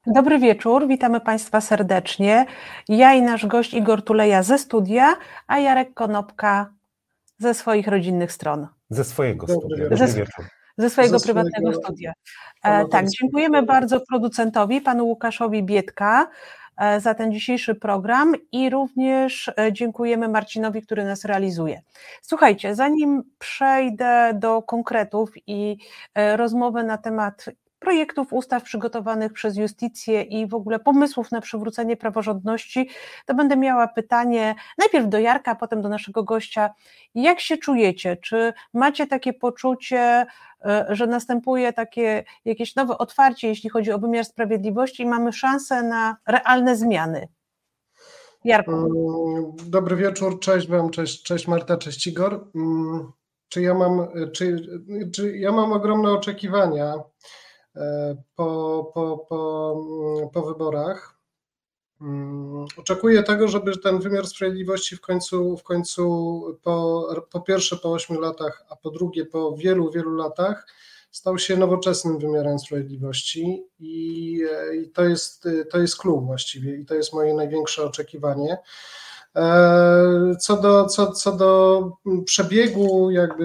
Dobry wieczór, witamy Państwa serdecznie. Ja i nasz gość Igor Tuleja ze studia, a Jarek Konopka ze swoich rodzinnych stron. Ze swojego studia. Ze swojego prywatnego studia. Tak, dziękujemy bardzo producentowi, panu Łukaszowi Biedka, za ten dzisiejszy program i również dziękujemy Marcinowi, który nas realizuje. Słuchajcie, zanim przejdę do konkretów i rozmowy na temat projektów ustaw przygotowanych przez Justicję i w ogóle pomysłów na przywrócenie praworządności, to będę miała pytanie najpierw do Jarka, a potem do naszego gościa. Jak się czujecie? Czy macie takie poczucie, że następuje takie jakieś nowe otwarcie, jeśli chodzi o wymiar sprawiedliwości i mamy szansę na realne zmiany? Jarku. Dobry wieczór, cześć Wam, cześć Marta, cześć Igor. Czy ja mam ogromne oczekiwania po wyborach. Oczekuję tego, żeby ten wymiar sprawiedliwości w końcu po pierwsze po 8 latach, a po drugie po wielu latach stał się nowoczesnym wymiarem sprawiedliwości i to jest clue właściwie i to jest moje największe oczekiwanie. Co do przebiegu jakby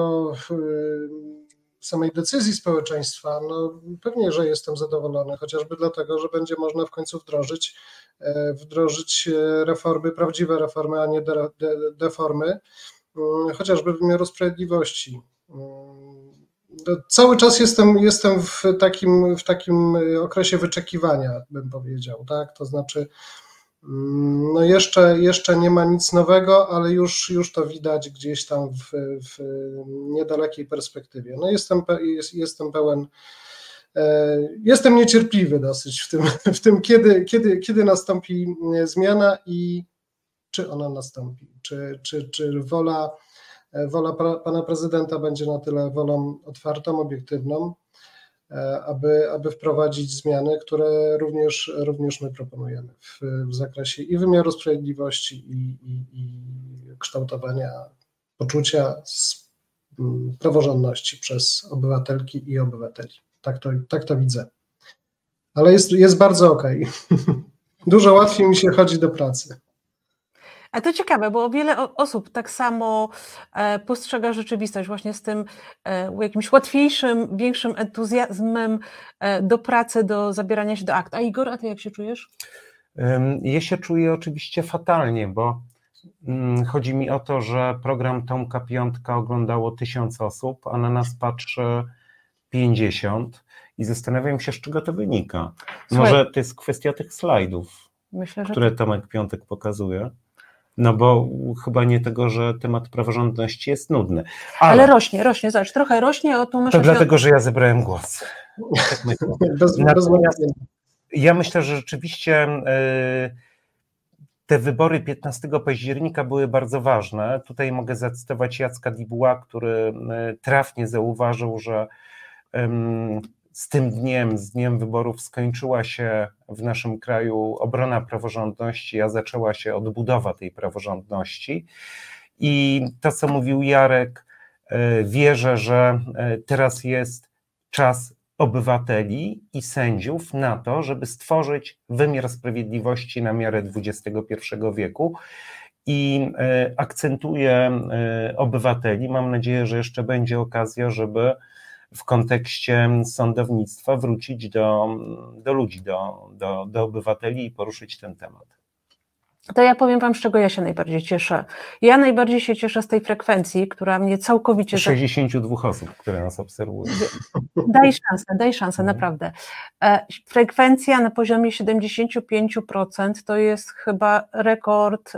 samej decyzji społeczeństwa, no pewnie, że jestem zadowolony, chociażby dlatego, że będzie można w końcu wdrożyć reformy, prawdziwe reformy, a nie deformy, chociażby wymiaru sprawiedliwości. Cały czas jestem w takim okresie wyczekiwania, bym powiedział, tak? To znaczy, no jeszcze nie ma nic nowego, ale już to widać gdzieś tam w niedalekiej perspektywie. No jestem niecierpliwy dosyć w tym kiedy nastąpi zmiana i czy ona nastąpi, czy wola pana prezydenta będzie na tyle wolą otwartą, obiektywną, aby wprowadzić zmiany, które również my proponujemy w zakresie i wymiaru sprawiedliwości, i kształtowania poczucia praworządności przez obywatelki i obywateli. Tak to widzę. Ale jest bardzo okej. Dużo łatwiej mi się chodzi do pracy. A to ciekawe, bo wiele osób tak samo postrzega rzeczywistość właśnie z tym jakimś łatwiejszym, większym entuzjazmem do pracy, do zabierania się do akt. A Igor, a ty jak się czujesz? Ja się czuję oczywiście fatalnie, bo chodzi mi o to, że program Tomka Piątka oglądało 1000 osób, a na nas patrzy 50 i zastanawiam się, z czego to wynika. Słuchaj, może to jest kwestia tych slajdów, myślę, że które Tomek Piątek pokazuje. No bo chyba nie tego, że temat praworządności jest nudny. Ale rośnie, zobacz, trochę rośnie. To dlatego, że ja zebrałem głos. Tak myślę. Natomiast ja myślę, że rzeczywiście te wybory 15 października były bardzo ważne. Tutaj mogę zacytować Jacka Dibuła, który trafnie zauważył, że z tym dniem, z dniem wyborów skończyła się w naszym kraju obrona praworządności, a zaczęła się odbudowa tej praworządności. I to, co mówił Jarek, wierzę, że teraz jest czas obywateli i sędziów na to, żeby stworzyć wymiar sprawiedliwości na miarę XXI wieku. I akcentuję obywateli. Mam nadzieję, że jeszcze będzie okazja, żeby w kontekście sądownictwa wrócić do ludzi, do obywateli i poruszyć ten temat. To ja powiem Wam, z czego ja się najbardziej cieszę. Ja najbardziej się cieszę z tej frekwencji, która mnie całkowicie... 62 osób, które nas obserwują. Daj szansę, naprawdę. Frekwencja na poziomie 75% to jest chyba rekord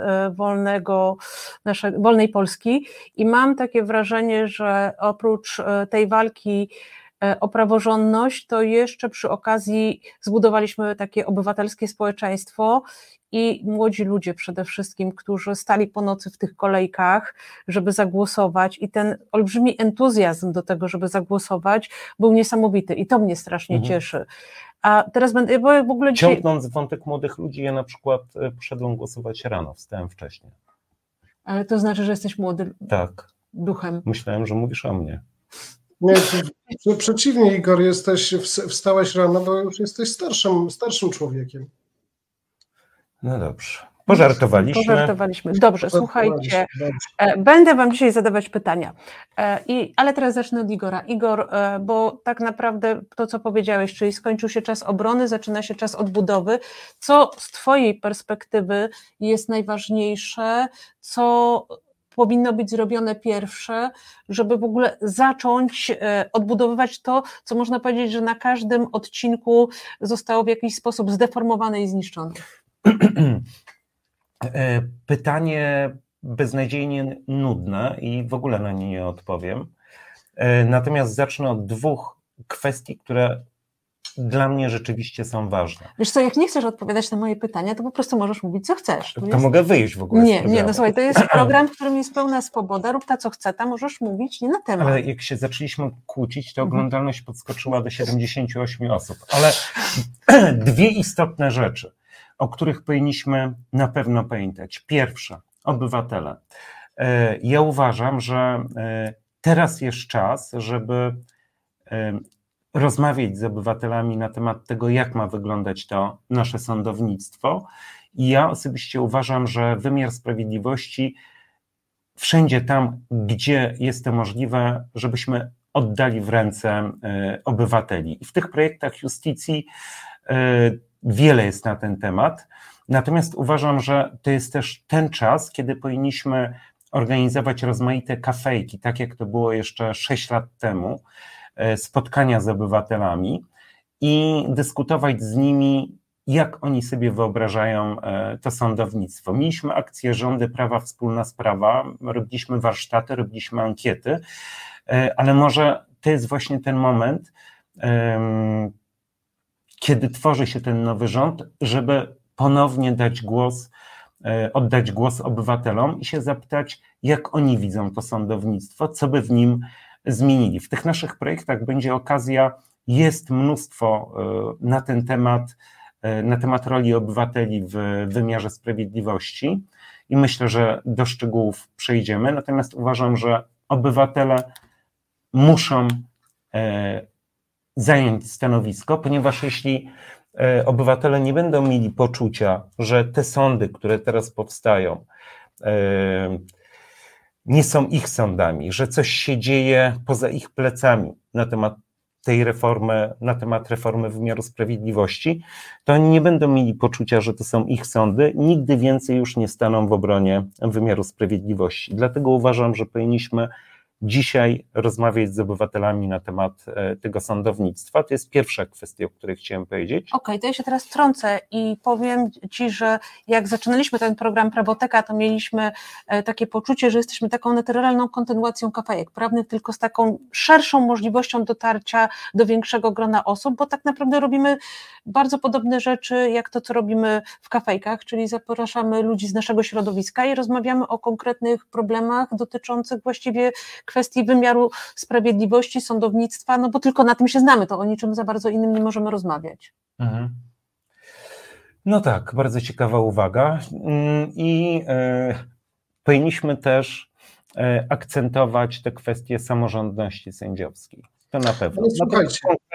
wolnej Polski i mam takie wrażenie, że oprócz tej walki o praworządność, to jeszcze przy okazji zbudowaliśmy takie obywatelskie społeczeństwo i młodzi ludzie przede wszystkim, którzy stali po nocy w tych kolejkach, żeby zagłosować i ten olbrzymi entuzjazm do tego, żeby zagłosować był niesamowity i to mnie strasznie cieszy. A teraz będę w ogóle dzisiaj... Ciągnąc wątek młodych ludzi, ja na przykład poszedłem głosować rano, wstałem wcześniej. Ale to znaczy, że jesteś młody tak. duchem. Myślałem, że mówisz o mnie. Nie, przeciwnie, Igor, wstałeś rano, bo już jesteś starszym człowiekiem. No dobrze. Pożartowaliśmy. Dobrze, słuchajcie, będę wam dzisiaj zadawać pytania, ale teraz zacznę od Igora. Igor, bo tak naprawdę to, co powiedziałeś, czyli skończył się czas obrony, zaczyna się czas odbudowy. Co z twojej perspektywy jest najważniejsze, co powinno być zrobione pierwsze, żeby w ogóle zacząć odbudowywać to, co można powiedzieć, że na każdym odcinku zostało w jakiś sposób zdeformowane i zniszczone? Pytanie beznadziejnie nudne i w ogóle na nie nie odpowiem. Natomiast zacznę od dwóch kwestii, które dla mnie rzeczywiście są ważne. Wiesz co, jak nie chcesz odpowiadać na moje pytania, to po prostu możesz mówić, co chcesz. To mogę wyjść w ogóle. Nie, no słuchaj, to jest program, w którym jest pełna swoboda, rób ta co chce, tam możesz mówić nie na temat. Ale jak się zaczęliśmy kłócić, to oglądalność podskoczyła do 78 osób. Ale dwie istotne rzeczy, o których powinniśmy na pewno pamiętać. Pierwsza, obywatele. Ja uważam, że teraz jest czas, żeby rozmawiać z obywatelami na temat tego, jak ma wyglądać to nasze sądownictwo. I ja osobiście uważam, że wymiar sprawiedliwości wszędzie tam, gdzie jest to możliwe, żebyśmy oddali w ręce obywateli. I w tych projektach Iustitii wiele jest na ten temat. Natomiast uważam, że to jest też ten czas, kiedy powinniśmy organizować rozmaite kafejki, tak jak to było jeszcze 6 lat temu, spotkania z obywatelami i dyskutować z nimi, jak oni sobie wyobrażają to sądownictwo. Mieliśmy akcję Rządy Prawa, Wspólna Sprawa, robiliśmy warsztaty, robiliśmy ankiety, ale może to jest właśnie ten moment, kiedy tworzy się ten nowy rząd, żeby ponownie oddać głos obywatelom i się zapytać, jak oni widzą to sądownictwo, co by w nim zmienili. W tych naszych projektach będzie okazja, jest mnóstwo na ten temat, na temat roli obywateli w wymiarze sprawiedliwości i myślę, że do szczegółów przejdziemy, natomiast uważam, że obywatele muszą zająć stanowisko, ponieważ jeśli obywatele nie będą mieli poczucia, że te sądy, które teraz powstają, nie są ich sądami, że coś się dzieje poza ich plecami na temat tej reformy, na temat reformy wymiaru sprawiedliwości, to oni nie będą mieli poczucia, że to są ich sądy, nigdy więcej już nie staną w obronie wymiaru sprawiedliwości. Dlatego uważam, że powinniśmy dzisiaj rozmawiać z obywatelami na temat tego sądownictwa. To jest pierwsza kwestia, o której chciałem powiedzieć. Okej, to ja się teraz wtrącę i powiem Ci, że jak zaczynaliśmy ten program Prawoteka, to mieliśmy takie poczucie, że jesteśmy taką naturalną kontynuacją kafejek prawnych, tylko z taką szerszą możliwością dotarcia do większego grona osób, bo tak naprawdę robimy bardzo podobne rzeczy, jak to, co robimy w kafejkach, czyli zapraszamy ludzi z naszego środowiska i rozmawiamy o konkretnych problemach dotyczących właściwie kwestii wymiaru sprawiedliwości, sądownictwa, no bo tylko na tym się znamy, to o niczym za bardzo innym nie możemy rozmawiać. Mhm. No tak, bardzo ciekawa uwaga i powinniśmy też akcentować te kwestie samorządności sędziowskiej. To na pewno. Ale słuchajcie,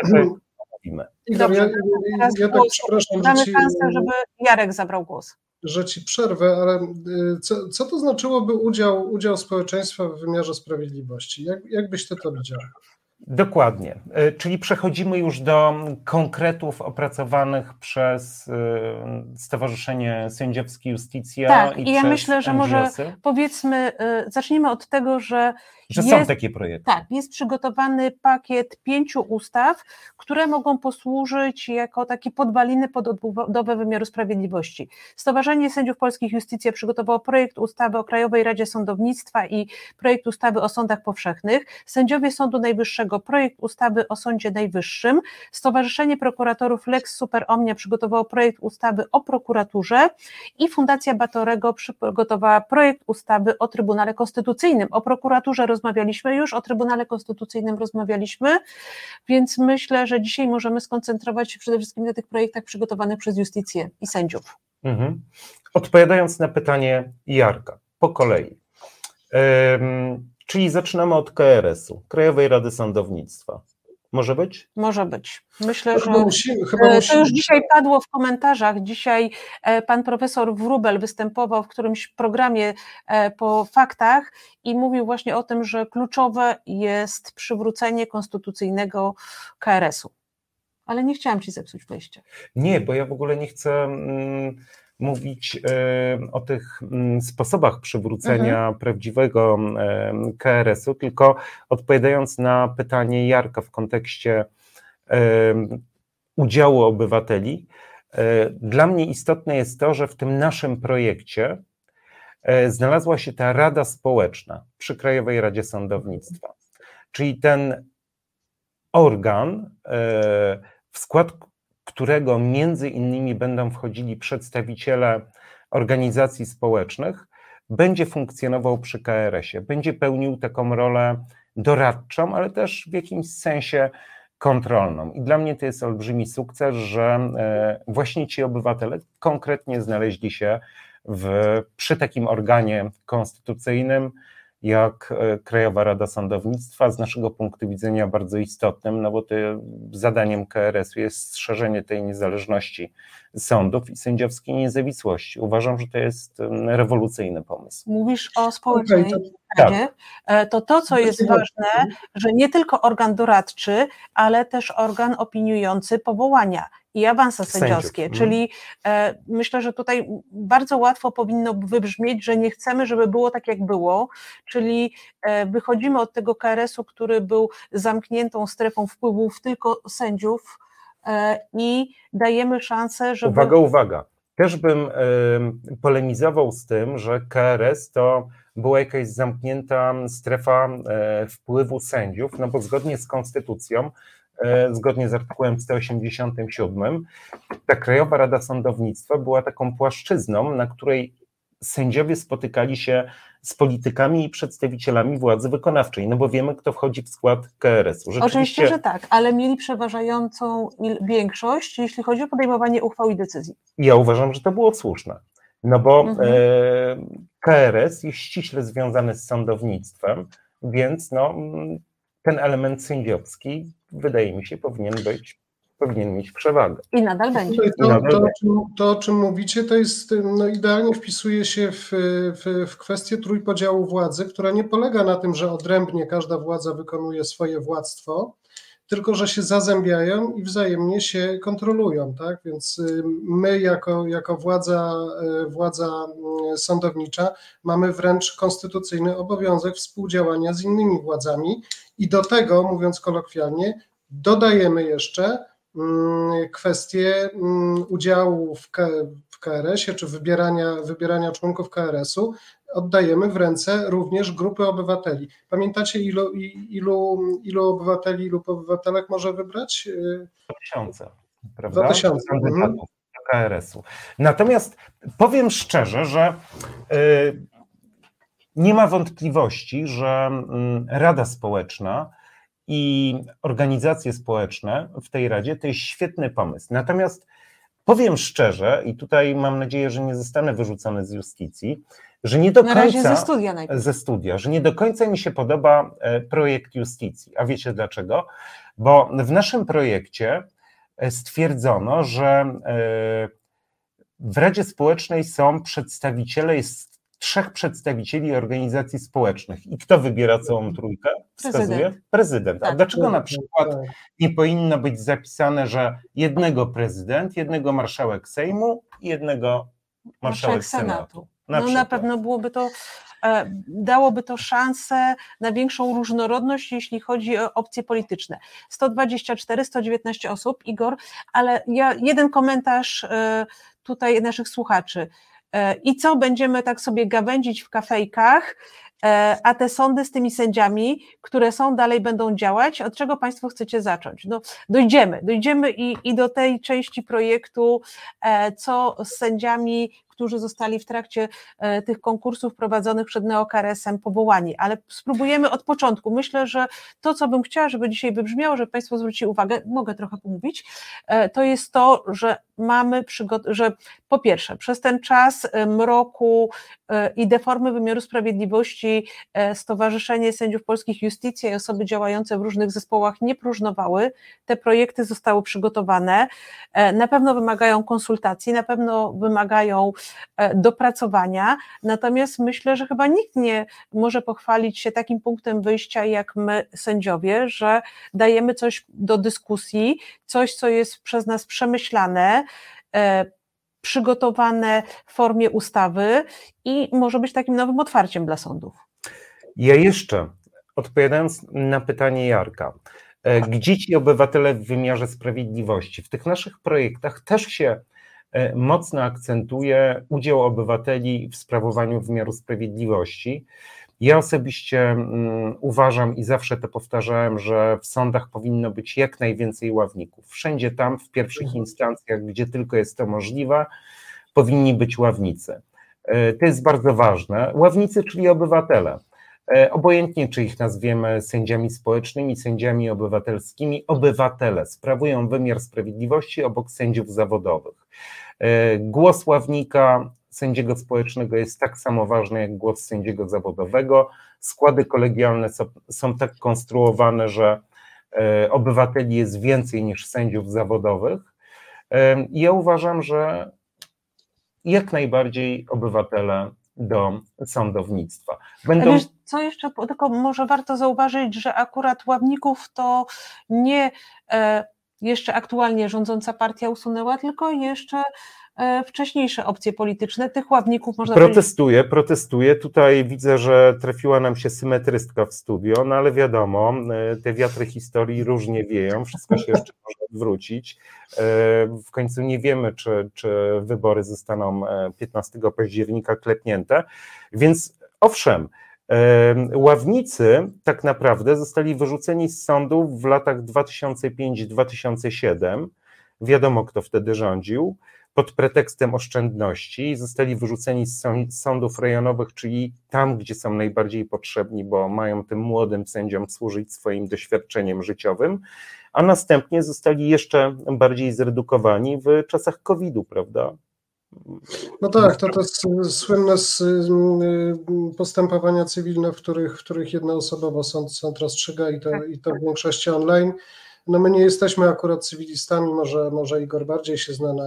Igor, ja tak przepraszam, damy szansę, żeby Jarek zabrał głos. Że ci przerwę, ale co to znaczyłoby udział społeczeństwa w wymiarze sprawiedliwości? Jak byś ty to widział? Dokładnie, czyli przechodzimy już do konkretów opracowanych przez Stowarzyszenie Sędziowskie Iustitia. Tak, i ja przez myślę, że NGOsy. może powiedzmy, zacznijmy od tego, że są takie projekty. Tak, jest przygotowany pakiet 5 ustaw, które mogą posłużyć jako takie podwaliny pod odbudowę wymiaru sprawiedliwości. Stowarzyszenie Sędziów Polskich Iustitia przygotowało projekt ustawy o Krajowej Radzie Sądownictwa i projekt ustawy o sądach powszechnych. Sędziowie Sądu Najwyższego projekt ustawy o Sądzie Najwyższym. Stowarzyszenie Prokuratorów Lex Super Omnia przygotowało projekt ustawy o prokuraturze i Fundacja Batorego przygotowała projekt ustawy o Trybunale Konstytucyjnym. O prokuraturze rozmawialiśmy już, o Trybunale Konstytucyjnym rozmawialiśmy, więc myślę, że dzisiaj możemy skoncentrować się przede wszystkim na tych projektach przygotowanych przez Iusticję i sędziów. Odpowiadając na pytanie Jarka, po kolei. Czyli zaczynamy od KRS-u, Krajowej Rady Sądownictwa. Może być? Może być. Myślę, że musimy. To już dzisiaj padło w komentarzach. Dzisiaj pan profesor Wróbel występował w którymś programie po faktach i mówił właśnie o tym, że kluczowe jest przywrócenie konstytucyjnego KRS-u. Ale nie chciałam ci zepsuć wejścia. Nie, bo ja w ogóle nie chcę mówić o tych sposobach przywrócenia prawdziwego KRS-u, tylko odpowiadając na pytanie Jarka w kontekście udziału obywateli, dla mnie istotne jest to, że w tym naszym projekcie znalazła się ta Rada Społeczna przy Krajowej Radzie Sądownictwa, czyli ten organ, w skład którego między innymi będą wchodzili przedstawiciele organizacji społecznych, będzie funkcjonował przy KRS-ie, będzie pełnił taką rolę doradczą, ale też w jakimś sensie kontrolną. I dla mnie to jest olbrzymi sukces, że właśnie ci obywatele konkretnie znaleźli się przy takim organie konstytucyjnym, jak Krajowa Rada Sądownictwa, z naszego punktu widzenia bardzo istotnym, no bo zadaniem KRS-u jest strzeżenie tej niezależności sądów i sędziowskiej niezawisłości. Uważam, że to jest rewolucyjny pomysł. Mówisz o społecznej radzie. To, co jest ważne, że nie tylko organ doradczy, ale też organ opiniujący powołania i awanse sędziowskie, czyli myślę, że tutaj bardzo łatwo powinno wybrzmieć, że nie chcemy, żeby było tak, jak było, czyli wychodzimy od tego KRS-u, który był zamkniętą strefą wpływów tylko sędziów i dajemy szansę, żeby... Uwaga. Też bym polemizował z tym, że KRS to była jakaś zamknięta strefa wpływu sędziów, no bo zgodnie z konstytucją, zgodnie z artykułem 187, ta Krajowa Rada Sądownictwa była taką płaszczyzną, na której sędziowie spotykali się z politykami i przedstawicielami władzy wykonawczej, no bo wiemy, kto wchodzi w skład KRS-u. Oczywiście, że tak, ale mieli przeważającą większość, jeśli chodzi o podejmowanie uchwał i decyzji. Ja uważam, że to było słuszne, no bo KRS jest ściśle związany z sądownictwem, więc ten element sędziowski, wydaje mi się, powinien mieć przewagę. I nadal będzie. To, o czym mówicie, to jest, idealnie wpisuje się w kwestię trójpodziału władzy, która nie polega na tym, że odrębnie każda władza wykonuje swoje władztwo, tylko że się zazębiają i wzajemnie się kontrolują, tak? Więc my jako władza sądownicza mamy wręcz konstytucyjny obowiązek współdziałania z innymi władzami i do tego, mówiąc kolokwialnie, dodajemy jeszcze kwestię udziału w KRS-ie czy wybierania członków KRS-u oddajemy w ręce również grupy obywateli. Pamiętacie, ilu obywateli, ilu obywatelek może wybrać? 2000, prawda? 2000. Kandydatów do KRS-u. Natomiast powiem szczerze, że nie ma wątpliwości, że Rada Społeczna i organizacje społeczne w tej Radzie to jest świetny pomysł. Natomiast powiem szczerze, i tutaj mam nadzieję, że nie zostanę wyrzucony z Justicji, że nie do końca... Na razie ze studia, że nie do końca mi się podoba projekt Justicji. A wiecie dlaczego? Bo w naszym projekcie stwierdzono, że w Radzie Społecznej są przedstawiciele, jest 3 przedstawicieli organizacji społecznych. I kto wybiera całą trójkę? Wskazuje? Prezydent. A dlaczego na przykład nie powinno być zapisane, że jednego prezydent, jednego marszałek Sejmu i jednego marszałek Senatu? Na pewno byłoby to, dałoby to szansę na większą różnorodność, jeśli chodzi o opcje polityczne. 124, 119 osób, Igor, ale jeden komentarz tutaj naszych słuchaczy. I co, będziemy tak sobie gawędzić w kafejkach, a te sądy z tymi sędziami, które są, dalej będą działać? Od czego Państwo chcecie zacząć? No, dojdziemy i do tej części projektu, co z sędziami, którzy zostali w trakcie tych konkursów prowadzonych przed neo-KRS-em powołani, ale spróbujemy od początku. Myślę, że to, co bym chciała, żeby dzisiaj wybrzmiało, żeby Państwo zwrócili uwagę, mogę trochę pomówić, to jest to, że że po pierwsze, przez ten czas mroku i deformy wymiaru sprawiedliwości części Stowarzyszenie Sędziów Polskich Iustitia i osoby działające w różnych zespołach nie próżnowały. Te projekty zostały przygotowane. Na pewno wymagają konsultacji, na pewno wymagają dopracowania, natomiast myślę, że chyba nikt nie może pochwalić się takim punktem wyjścia jak my, sędziowie, że dajemy coś do dyskusji, coś, co jest przez nas przemyślane, przygotowane w formie ustawy i może być takim nowym otwarciem dla sądów. Ja jeszcze, odpowiadając na pytanie Jarka, gdzie ci obywatele w wymiarze sprawiedliwości? W tych naszych projektach też się mocno akcentuje udział obywateli w sprawowaniu wymiaru sprawiedliwości. Ja osobiście uważam i zawsze to powtarzałem, że w sądach powinno być jak najwięcej ławników. Wszędzie tam, w pierwszych instancjach, gdzie tylko jest to możliwe, powinni być ławnicy. To jest bardzo ważne. Ławnicy, czyli obywatele. Obojętnie, czy ich nazwiemy sędziami społecznymi, sędziami obywatelskimi, obywatele sprawują wymiar sprawiedliwości obok sędziów zawodowych. Głos ławnika sędziego społecznego jest tak samo ważny jak głos sędziego zawodowego. Składy kolegialne są tak konstruowane, że obywateli jest więcej niż sędziów zawodowych. Ja uważam, że jak najbardziej obywatele do sądownictwa. Wiesz, co jeszcze, tylko może warto zauważyć, że akurat ławników to nie jeszcze aktualnie rządząca partia usunęła, tylko jeszcze wcześniejsze opcje polityczne, tych ławników można Protestuję. Tutaj widzę, że trafiła nam się symetrystka w studio, no ale wiadomo, te wiatry historii różnie wieją, wszystko się jeszcze może odwrócić. W końcu nie wiemy, czy wybory zostaną 15 października klepnięte, więc owszem, ławnicy tak naprawdę zostali wyrzuceni z sądów w latach 2005-2007, wiadomo kto wtedy rządził, pod pretekstem oszczędności, zostali wyrzuceni z sądów rejonowych, czyli tam, gdzie są najbardziej potrzebni, bo mają tym młodym sędziom służyć swoim doświadczeniem życiowym, a następnie zostali jeszcze bardziej zredukowani w czasach COVID-u, prawda? No tak, to słynne postępowania cywilne, w których jednoosobowo sąd rozstrzyga i to w większości online. No my nie jesteśmy akurat cywilistami, może Igor bardziej się zna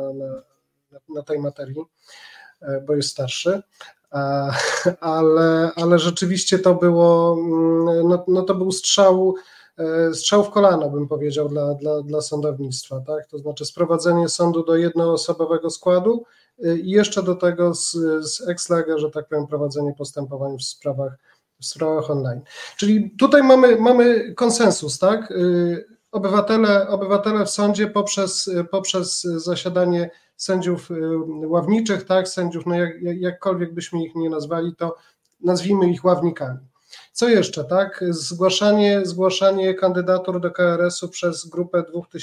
na tej materii, bo jest starszy, ale rzeczywiście to było, to był strzał w kolano, bym powiedział, dla sądownictwa, tak? To znaczy sprowadzenie sądu do jednoosobowego składu i jeszcze do tego z ex lege, że tak powiem, prowadzenie postępowań w sprawach online. Czyli tutaj mamy konsensus, tak? Obywatele w sądzie poprzez zasiadanie sędziów ławniczych, tak? Sędziów, no jakkolwiek byśmy ich nie nazwali, to nazwijmy ich ławnikami. Co jeszcze, tak? Zgłaszanie kandydatur do KRS-u przez grupę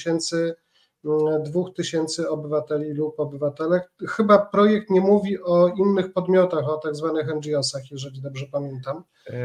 2000 obywateli lub obywatelek. Chyba projekt nie mówi o innych podmiotach, o tak zwanych NGO-sach, jeżeli dobrze pamiętam.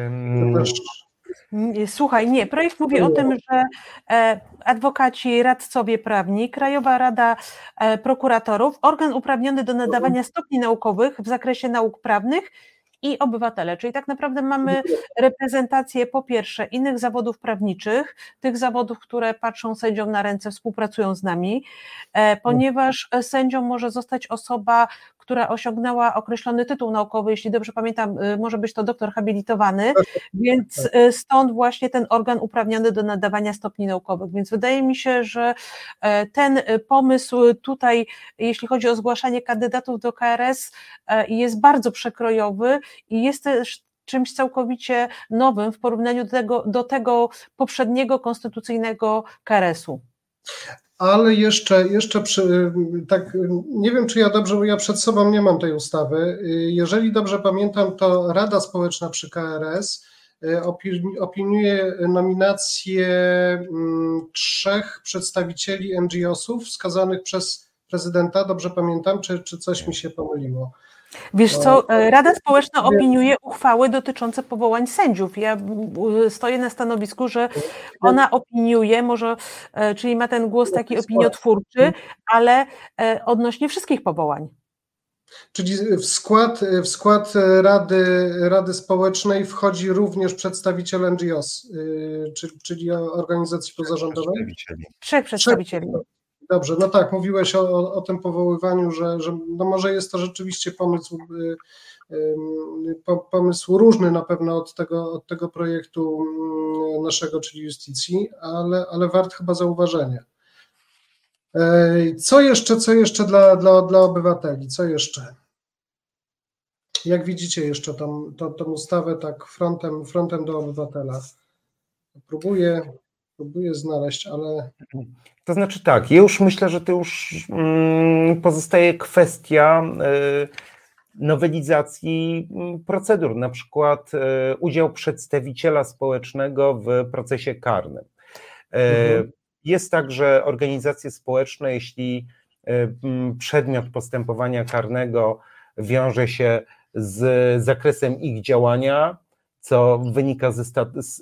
Słuchaj, nie, projekt mówi o tym, że adwokaci, radcowie prawni, Krajowa Rada Prokuratorów, organ uprawniony do nadawania stopni naukowych w zakresie nauk prawnych i obywatele, czyli tak naprawdę mamy reprezentację po pierwsze innych zawodów prawniczych, tych zawodów, które patrzą sędziom na ręce, współpracują z nami, ponieważ sędzią może zostać osoba, która osiągnęła określony tytuł naukowy, jeśli dobrze pamiętam, może być to doktor habilitowany, więc stąd właśnie ten organ uprawniony do nadawania stopni naukowych, więc wydaje mi się, że ten pomysł tutaj, jeśli chodzi o zgłaszanie kandydatów do KRS, jest bardzo przekrojowy i jest też czymś całkowicie nowym w porównaniu do tego poprzedniego konstytucyjnego KRS-u. Ale jeszcze tak, nie wiem czy ja dobrze, bo ja przed sobą nie mam tej ustawy. Jeżeli dobrze pamiętam, to Rada Społeczna przy KRS opiniuje nominację 3 przedstawicieli NGO-sów wskazanych przez prezydenta, dobrze pamiętam, czy coś mi się pomyliło? Wiesz co, Rada Społeczna opiniuje uchwały dotyczące powołań sędziów. Ja stoję na stanowisku, że ona opiniuje, może, czyli ma ten głos taki opiniotwórczy, ale odnośnie wszystkich powołań. Czyli w skład Rady Społecznej wchodzi również przedstawiciel NGOs, czyli organizacji pozarządowej? Trzech przedstawicieli. Dobrze, no tak, mówiłeś o tym powoływaniu, że no może jest to rzeczywiście pomysł różny na pewno od tego projektu naszego, czyli Justicji, ale wart chyba zauważenia. Co jeszcze dla obywateli? Co jeszcze? Jak widzicie jeszcze tą ustawę tak frontem do obywatela? Próbuję znaleźć, ale... To znaczy tak, ja już myślę, że to już pozostaje kwestia nowelizacji procedur, na przykład udział przedstawiciela społecznego w procesie karnym. Jest tak, że organizacje społeczne, jeśli przedmiot postępowania karnego wiąże się z zakresem ich działania, co wynika ze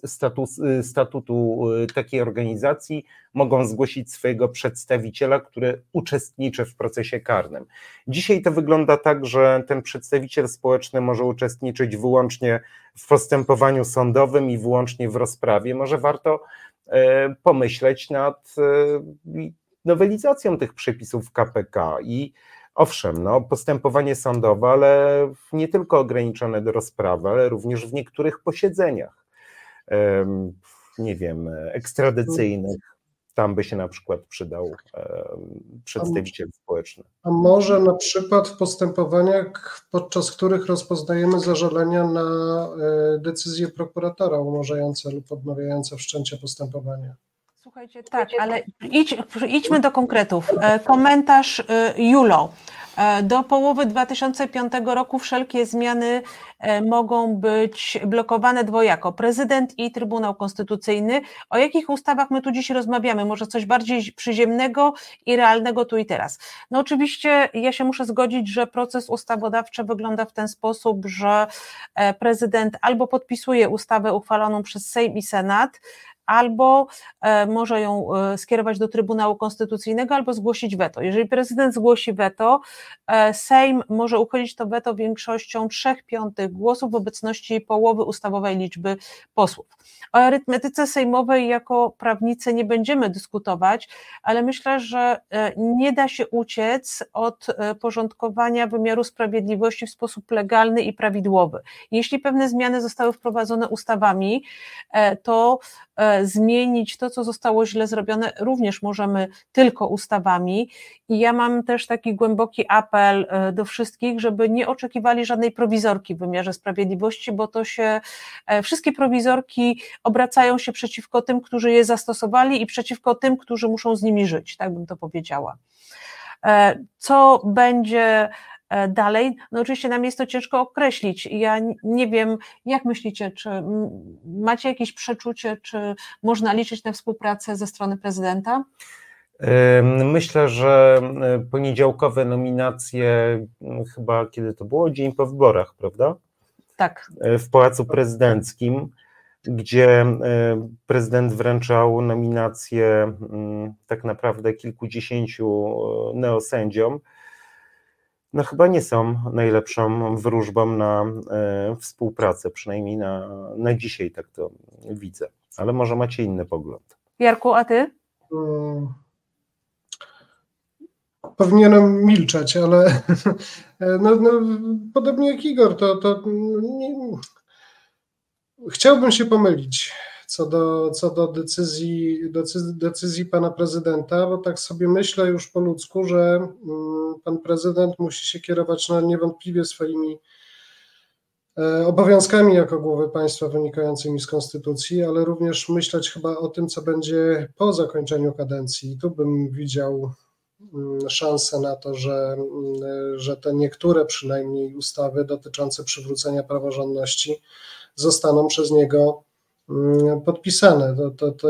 statutu takiej organizacji, mogą zgłosić swojego przedstawiciela, który uczestniczy w procesie karnym. Dzisiaj to wygląda tak, że ten przedstawiciel społeczny może uczestniczyć wyłącznie w postępowaniu sądowym i wyłącznie w rozprawie. Może warto pomyśleć nad nowelizacją tych przepisów KPK i owszem, no, postępowanie sądowe, ale nie tylko ograniczone do rozprawy, ale również w niektórych posiedzeniach, nie wiem, ekstradycyjnych, tam by się na przykład przydał przedstawiciel społeczny. A może na przykład w postępowaniach, podczas których rozpoznajemy zażalenia na decyzje prokuratora umorzające lub odmawiające wszczęcia postępowania? Słuchajcie, tak, ale idźmy do konkretów. Komentarz Julo. Do połowy 2005 roku wszelkie zmiany mogą być blokowane dwojako. Prezydent i Trybunał Konstytucyjny. O jakich ustawach my tu dziś rozmawiamy? Może coś bardziej przyziemnego i realnego tu i teraz. No oczywiście ja się muszę zgodzić, że proces ustawodawczy wygląda w ten sposób, że prezydent albo podpisuje ustawę uchwaloną przez Sejm i Senat, albo może ją skierować do Trybunału Konstytucyjnego, albo zgłosić weto. Jeżeli prezydent zgłosi weto, Sejm może uchylić to weto większością 3/5 głosów w obecności połowy ustawowej liczby posłów. O arytmetyce sejmowej jako prawnicy nie będziemy dyskutować, ale myślę, że nie da się uciec od porządkowania wymiaru sprawiedliwości w sposób legalny i prawidłowy. Jeśli pewne zmiany zostały wprowadzone ustawami, to zmienić to, co zostało źle zrobione, również możemy tylko ustawami. I ja mam też taki głęboki apel do wszystkich, żeby nie oczekiwali żadnej prowizorki w wymiarze sprawiedliwości, bo to się, wszystkie prowizorki obracają się przeciwko tym, którzy je zastosowali i przeciwko tym, którzy muszą z nimi żyć, tak bym to powiedziała. Co będzie dalej? No oczywiście nam jest to ciężko określić. Ja nie wiem, jak myślicie, czy macie jakieś przeczucie, czy można liczyć na współpracę ze strony prezydenta? Myślę, że poniedziałkowe nominacje, chyba kiedy to było? Dzień po wyborach, prawda? Tak. W Pałacu Prezydenckim, gdzie prezydent wręczał nominacje tak naprawdę kilkudziesięciu neosędziom, no chyba nie są najlepszą wróżbą na współpracę, przynajmniej na dzisiaj tak to widzę, ale może macie inny pogląd. Jarku, a ty? Powinienem milczeć, ale no, podobnie jak Igor, to nie, chciałbym się pomylić co do decyzji pana prezydenta, bo tak sobie myślę już po ludzku, że pan prezydent musi się kierować niewątpliwie swoimi obowiązkami jako głowy państwa wynikającymi z konstytucji, ale również myśleć chyba o tym, co będzie po zakończeniu kadencji. Tu bym widział szansę na to, że te niektóre przynajmniej ustawy dotyczące przywrócenia praworządności zostaną przez niego podpisane. To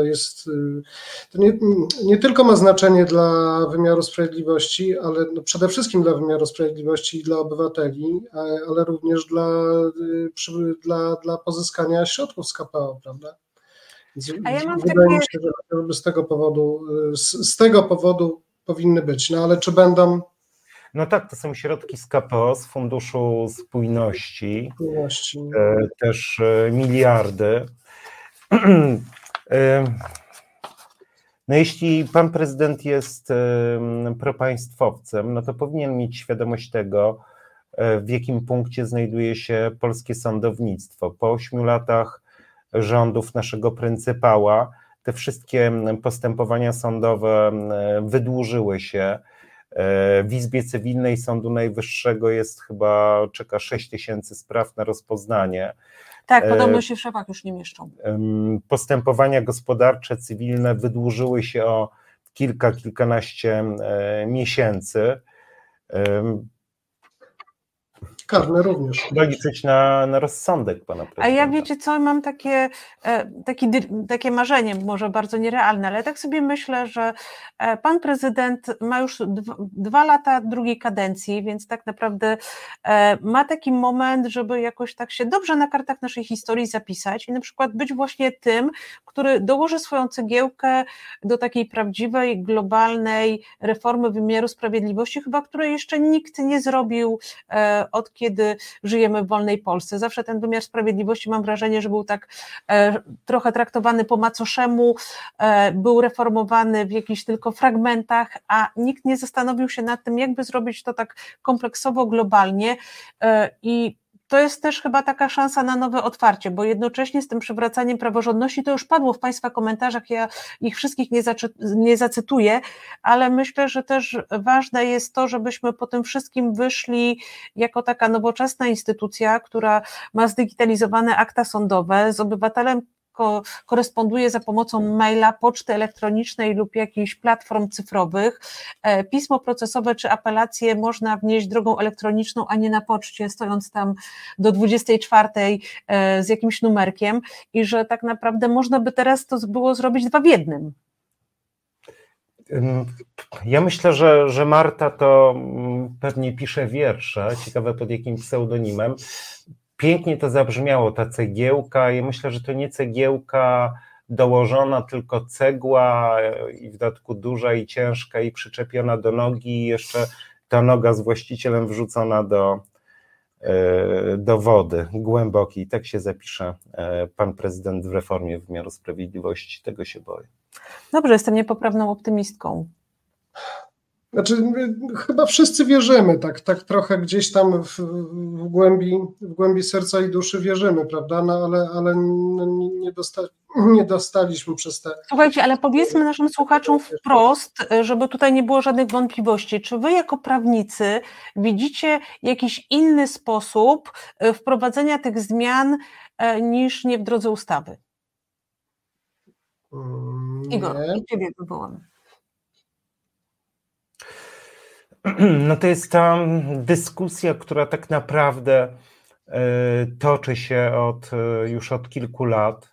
nie tylko ma znaczenie dla wymiaru sprawiedliwości, ale przede wszystkim dla wymiaru sprawiedliwości i dla obywateli, ale również dla pozyskania środków z KPO, prawda? A ja mam wydaje mi się, że z tego powodu powinny być, no ale czy będą? No tak, to są środki z KPO, z Funduszu Spójności, też miliardy. No jeśli pan prezydent jest propaństwowcem, no to powinien mieć świadomość tego, w jakim punkcie znajduje się polskie sądownictwo. Po 8 latach rządów naszego pryncypała te wszystkie postępowania sądowe wydłużyły się. W Izbie Cywilnej Sądu Najwyższego czeka 6 000 spraw na rozpoznanie. Tak, podobno się w szafach już nie mieszczą. Postępowania gospodarcze, cywilne wydłużyły się o kilkanaście miesięcy. Karne również. Trzeba liczyć na rozsądek pana prezydenta. A ja wiecie co, mam takie marzenie, może bardzo nierealne, ale tak sobie myślę, że pan prezydent ma już 2 lata drugiej kadencji, więc tak naprawdę ma taki moment, żeby jakoś tak się dobrze na kartach naszej historii zapisać i na przykład być właśnie tym, który dołoży swoją cegiełkę do takiej prawdziwej, globalnej reformy wymiaru sprawiedliwości, chyba której jeszcze nikt nie zrobił od kiedy żyjemy w wolnej Polsce. Zawsze ten wymiar sprawiedliwości, mam wrażenie, że był tak trochę traktowany po macoszemu, był reformowany w jakichś tylko fragmentach, a nikt nie zastanowił się nad tym, jakby zrobić to tak kompleksowo, globalnie i to jest też chyba taka szansa na nowe otwarcie, bo jednocześnie z tym przywracaniem praworządności, to już padło w Państwa komentarzach, ja ich wszystkich nie zacytuję, ale myślę, że też ważne jest to, żebyśmy po tym wszystkim wyszli jako taka nowoczesna instytucja, która ma zdigitalizowane akta sądowe, z obywatelem koresponduje za pomocą maila, poczty elektronicznej lub jakichś platform cyfrowych. Pismo procesowe czy apelacje można wnieść drogą elektroniczną, a nie na poczcie, stojąc tam do 24 z jakimś numerkiem i że tak naprawdę można by teraz to było zrobić 2 w 1. Ja myślę, że Marta to pewnie pisze wiersze, ciekawe pod jakim pseudonimem. Pięknie to zabrzmiało, ta cegiełka. Ja myślę, że to nie cegiełka dołożona, tylko cegła i w dodatku duża i ciężka i przyczepiona do nogi i jeszcze ta noga z właścicielem wrzucona do wody głębokiej. Tak się zapisze pan prezydent w reformie wymiaru sprawiedliwości. Tego się boję. Dobrze, jestem niepoprawną optymistką. Znaczy, chyba wszyscy wierzymy, tak trochę gdzieś tam w głębi serca i duszy wierzymy, prawda? No, ale nie dostaliśmy przez te... Słuchajcie, ale powiedzmy naszym słuchaczom wprost, żeby tutaj nie było żadnych wątpliwości. Czy wy jako prawnicy widzicie jakiś inny sposób wprowadzenia tych zmian niż nie w drodze ustawy? Igor, i ciebie wywołam. No to jest ta dyskusja, która tak naprawdę toczy się już od kilku lat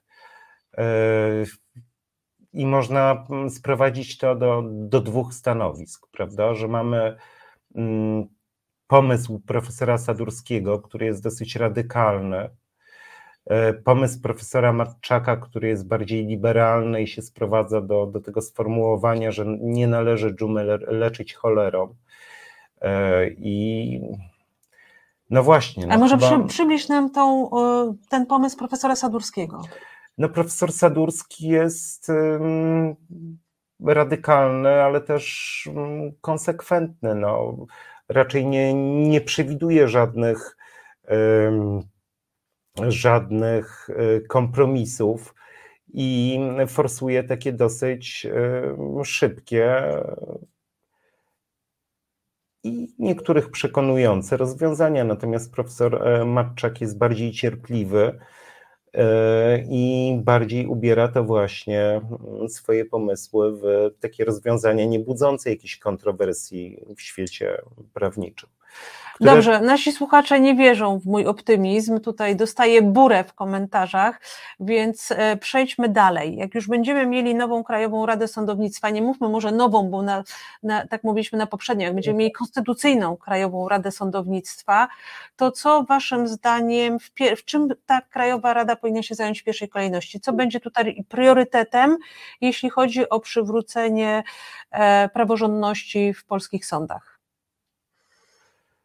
i można sprowadzić to do 2 stanowisk, prawda, że mamy pomysł profesora Sadurskiego, który jest dosyć radykalny, pomysł profesora Matczaka, który jest bardziej liberalny i się sprowadza do tego sformułowania, że nie należy dżumy leczyć cholerą. I no właśnie. A może przybliż nam ten pomysł profesora Sadurskiego? No profesor Sadurski jest radykalny, ale też konsekwentny. No, raczej nie przewiduje żadnych kompromisów i forsuje takie dosyć szybkie i niektórych przekonujące rozwiązania, natomiast profesor Matczak jest bardziej cierpliwy i bardziej ubiera to właśnie swoje pomysły w takie rozwiązania nie budzące jakichś kontrowersji w świecie prawniczym. Dobrze, nasi słuchacze nie wierzą w mój optymizm, tutaj dostaję burę w komentarzach, więc przejdźmy dalej. Jak już będziemy mieli nową Krajową Radę Sądownictwa, nie mówmy może nową, bo tak mówiliśmy na poprzednio, jak będziemy mieli konstytucyjną Krajową Radę Sądownictwa, to co waszym zdaniem, w czym ta Krajowa Rada powinna się zająć w pierwszej kolejności? Co będzie tutaj priorytetem, jeśli chodzi o przywrócenie praworządności w polskich sądach?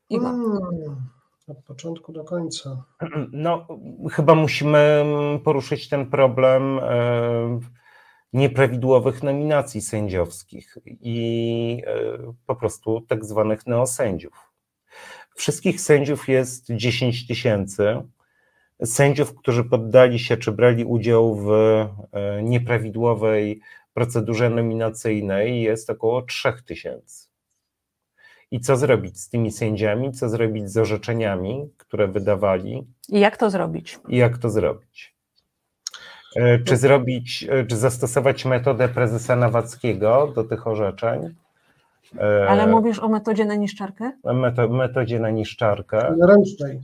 Od początku do końca. No, chyba musimy poruszyć ten problem nieprawidłowych nominacji sędziowskich i po prostu tak zwanych neosędziów. Wszystkich sędziów jest 10 000. Sędziów, którzy poddali się czy brali udział w nieprawidłowej procedurze nominacyjnej, jest około 3000. I co zrobić z tymi sędziami, co zrobić z orzeczeniami, które wydawali? I jak to zrobić? Czy zastosować metodę prezesa Nawackiego do tych orzeczeń? Ale mówisz o metodzie na niszczarkę? Metodzie na niszczarkę. Ręcznej.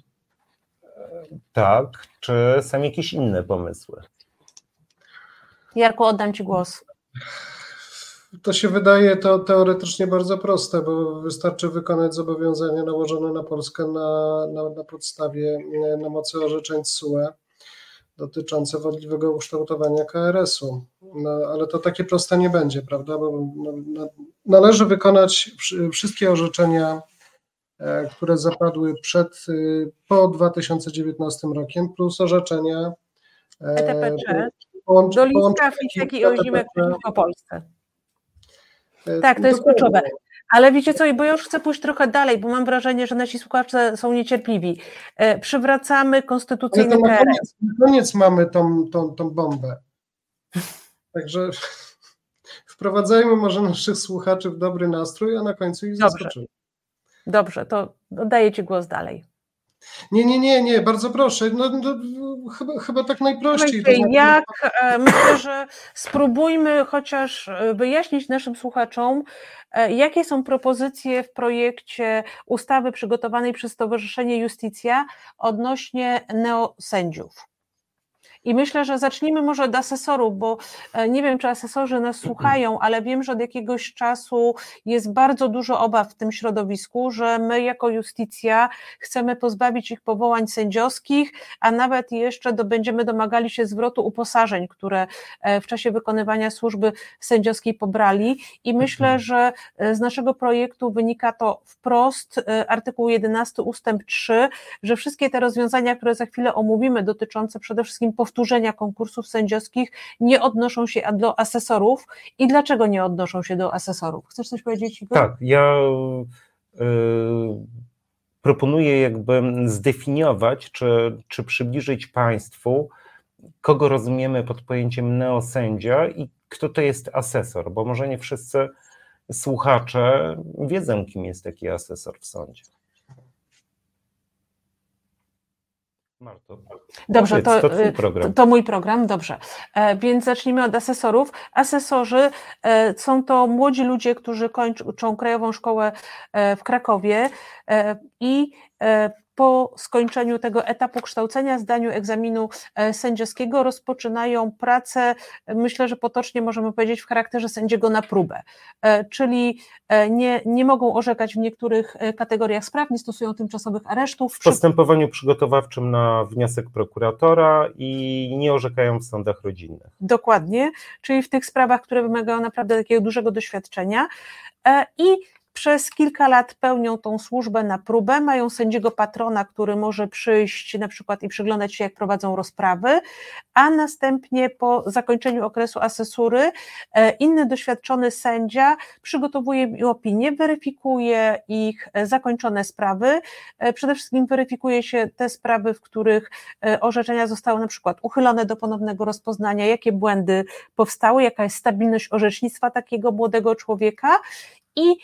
Tak, czy są jakieś inne pomysły? Jarku, oddam Ci głos. To się wydaje to teoretycznie bardzo proste, bo wystarczy wykonać zobowiązania nałożone na Polskę na podstawie na mocy orzeczeń TSUE dotyczące wadliwego ukształtowania KRS-u. No, ale to takie proste nie będzie, prawda? Bo należy wykonać wszystkie orzeczenia, które zapadły po 2019 rokiem, plus orzeczenia ETPC, Dolińska, Fisiek i Ozimek przeciwko Polsce. Tak, to jest kluczowe. Ale wiecie co, bo ja już chcę pójść trochę dalej, bo mam wrażenie, że nasi słuchacze są niecierpliwi. Przywracamy konstytucyjny KRS. Na koniec mamy tą bombę. Także wprowadzajmy może naszych słuchaczy w dobry nastrój, a na końcu ich zaskoczymy. Dobrze, to oddaję Ci głos dalej. Nie, bardzo proszę. Chyba tak najprościej. Myślę, że spróbujmy chociaż wyjaśnić naszym słuchaczom, jakie są propozycje w projekcie ustawy przygotowanej przez Stowarzyszenie Iustitia odnośnie neosędziów. I myślę, że zacznijmy może od asesorów, bo nie wiem, czy asesorzy nas słuchają, ale wiem, że od jakiegoś czasu jest bardzo dużo obaw w tym środowisku, że my jako Iustitia chcemy pozbawić ich powołań sędziowskich, a nawet jeszcze będziemy domagali się zwrotu uposażeń, które w czasie wykonywania służby sędziowskiej pobrali. I myślę, że z naszego projektu wynika to wprost, artykuł 11 ustęp 3, że wszystkie te rozwiązania, które za chwilę omówimy, dotyczące przede wszystkim powtórzenia konkursów sędziowskich, nie odnoszą się do asesorów. I dlaczego nie odnoszą się do asesorów? Chcesz coś powiedzieć, Igor? Tak, ja proponuję jakby zdefiniować, czy przybliżyć Państwu, kogo rozumiemy pod pojęciem neosędzia i kto to jest asesor, bo może nie wszyscy słuchacze wiedzą, kim jest taki asesor w sądzie. Marto, dobrze, powiedz, to mój program, dobrze. Więc zacznijmy od asesorów. Asesorzy są to młodzi ludzie, którzy kończą Krajową Szkołę w Krakowie i po skończeniu tego etapu kształcenia, zdaniu egzaminu sędziowskiego rozpoczynają pracę, myślę, że potocznie możemy powiedzieć, w charakterze sędziego na próbę, czyli nie mogą orzekać w niektórych kategoriach spraw, nie stosują tymczasowych aresztów. W postępowaniu przygotowawczym na wniosek prokuratora i nie orzekają w sądach rodzinnych. Dokładnie, czyli w tych sprawach, które wymagają naprawdę takiego dużego doświadczenia i przez kilka lat pełnią tą służbę na próbę, mają sędziego patrona, który może przyjść na przykład i przyglądać się, jak prowadzą rozprawy, a następnie po zakończeniu okresu asesury inny doświadczony sędzia przygotowuje im opinię, weryfikuje ich zakończone sprawy, przede wszystkim weryfikuje się te sprawy, w których orzeczenia zostały na przykład uchylone do ponownego rozpoznania, jakie błędy powstały, jaka jest stabilność orzecznictwa takiego młodego człowieka. I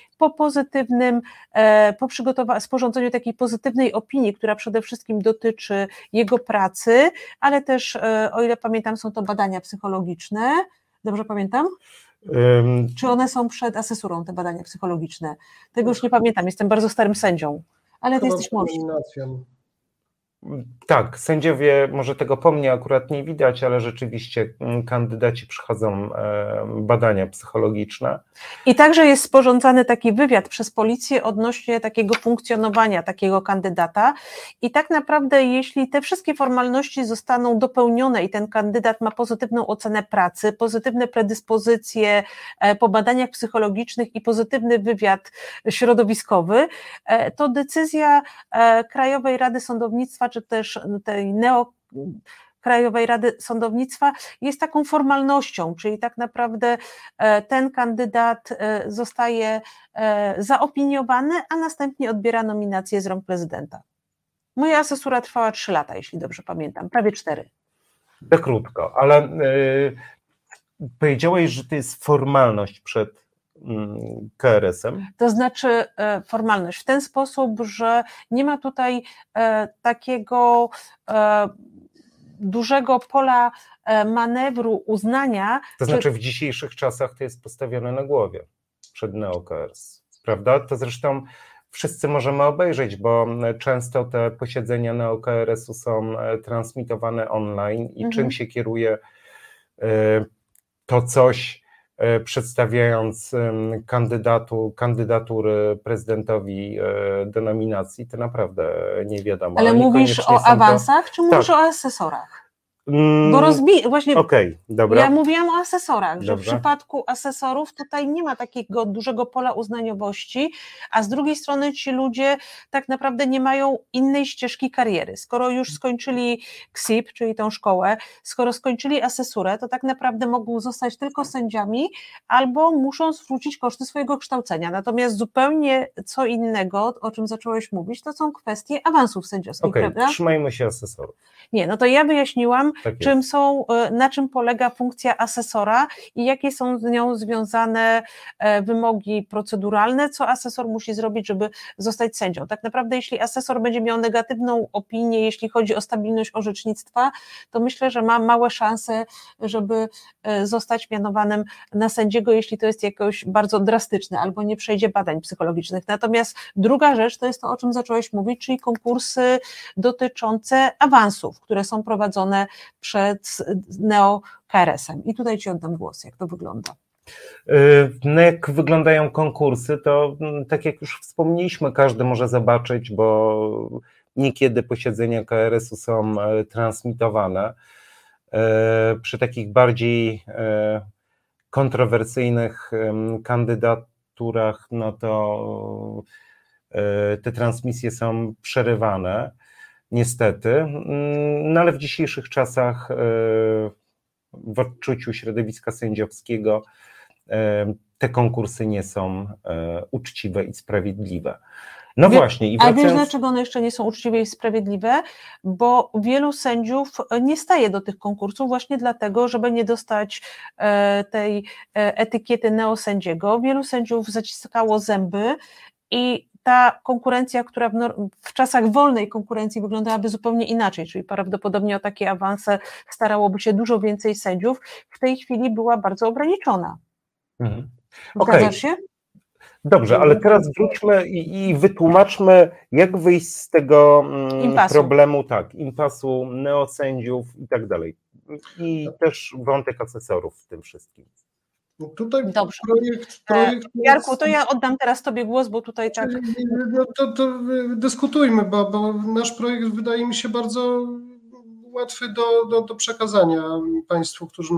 po sporządzeniu takiej pozytywnej opinii, która przede wszystkim dotyczy jego pracy, ale też, o ile pamiętam, są to badania psychologiczne, dobrze pamiętam? Czy one są przed asesurą, te badania psychologiczne? Tego już nie pamiętam, jestem bardzo starym sędzią, ale ty jesteś młodszy. Tak, sędziowie, może tego po mnie akurat nie widać, ale rzeczywiście kandydaci przychodzą badania psychologiczne. I także jest sporządzany taki wywiad przez policję odnośnie takiego funkcjonowania takiego kandydata i tak naprawdę jeśli te wszystkie formalności zostaną dopełnione i ten kandydat ma pozytywną ocenę pracy, pozytywne predyspozycje po badaniach psychologicznych i pozytywny wywiad środowiskowy, to decyzja Krajowej Rady Sądownictwa czy też tej Krajowej Rady Sądownictwa jest taką formalnością, czyli tak naprawdę ten kandydat zostaje zaopiniowany, a następnie odbiera nominację z rąk prezydenta. Moja asesura trwała 3 lata, jeśli dobrze pamiętam, prawie 4. To krótko, ale powiedziałeś, że to jest formalność przed KRS-em? To znaczy formalność w ten sposób, że nie ma tutaj takiego dużego pola manewru, uznania. To znaczy w dzisiejszych czasach to jest postawione na głowie przed neo-KRS, prawda? To zresztą wszyscy możemy obejrzeć, bo często te posiedzenia neo-KRS-u są transmitowane online i czym się kieruje to coś, przedstawiając kandydatury prezydentowi do nominacji, to naprawdę nie wiadomo. Ale mówisz o awansach, czy mówisz o asesorach? Bo właśnie dobra. Ja mówiłam o asesorach, że w przypadku asesorów tutaj nie ma takiego dużego pola uznaniowości, a z drugiej strony ci ludzie tak naprawdę nie mają innej ścieżki kariery. Skoro już skończyli KSIP, czyli tą szkołę, skoro skończyli asesurę, to tak naprawdę mogą zostać tylko sędziami albo muszą zwrócić koszty swojego kształcenia. Natomiast zupełnie co innego, o czym zacząłeś mówić, to są kwestie awansów sędziowskich, prawda? Trzymajmy się asesorów. Nie, no to ja wyjaśniłam, na czym polega funkcja asesora i jakie są z nią związane wymogi proceduralne, co asesor musi zrobić, żeby zostać sędzią. Tak naprawdę jeśli asesor będzie miał negatywną opinię, jeśli chodzi o stabilność orzecznictwa, to myślę, że ma małe szanse, żeby zostać mianowanym na sędziego, jeśli to jest jakoś bardzo drastyczne albo nie przejdzie badań psychologicznych. Natomiast druga rzecz to jest to, o czym zacząłeś mówić, czyli konkursy dotyczące awansów, które są prowadzone przed neo-KRS-em. I tutaj Ci oddam głos, jak to wygląda. No jak wyglądają konkursy, to tak jak już wspomnieliśmy, każdy może zobaczyć, bo niekiedy posiedzenia KRS-u są transmitowane. Przy takich bardziej kontrowersyjnych kandydaturach, no to te transmisje są przerywane. Niestety, no ale w dzisiejszych czasach w odczuciu środowiska sędziowskiego te konkursy nie są uczciwe i sprawiedliwe. No właśnie. A wiesz, dlaczego one jeszcze nie są uczciwe i sprawiedliwe? Bo wielu sędziów nie staje do tych konkursów właśnie dlatego, żeby nie dostać tej etykiety neosędziego. Wielu sędziów zaciskało zęby i ta konkurencja, która w czasach wolnej konkurencji wyglądałaby zupełnie inaczej, czyli prawdopodobnie o takie awanse starałoby się dużo więcej sędziów, w tej chwili była bardzo ograniczona. Zgadzasz się? Dobrze, ale teraz wróćmy i wytłumaczmy, jak wyjść z tego problemu, impasu neosędziów i tak dalej. I też wątek asesorów w tym wszystkim. No tutaj dobrze. Projekt Jarku, to ja oddam teraz Tobie głos, bo tutaj tak... No to dyskutujmy, bo nasz projekt wydaje mi się bardzo łatwy do przekazania Państwu, którzy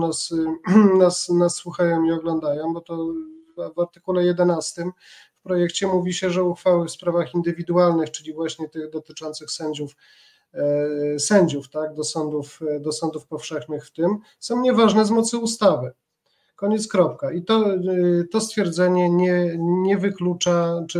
nas słuchają i oglądają, bo to w artykule 11 w projekcie mówi się, że uchwały w sprawach indywidualnych, czyli właśnie tych dotyczących sędziów, tak, do sądów powszechnych w tym, są nieważne z mocy ustawy. Koniec, kropka. I to stwierdzenie nie wyklucza, czy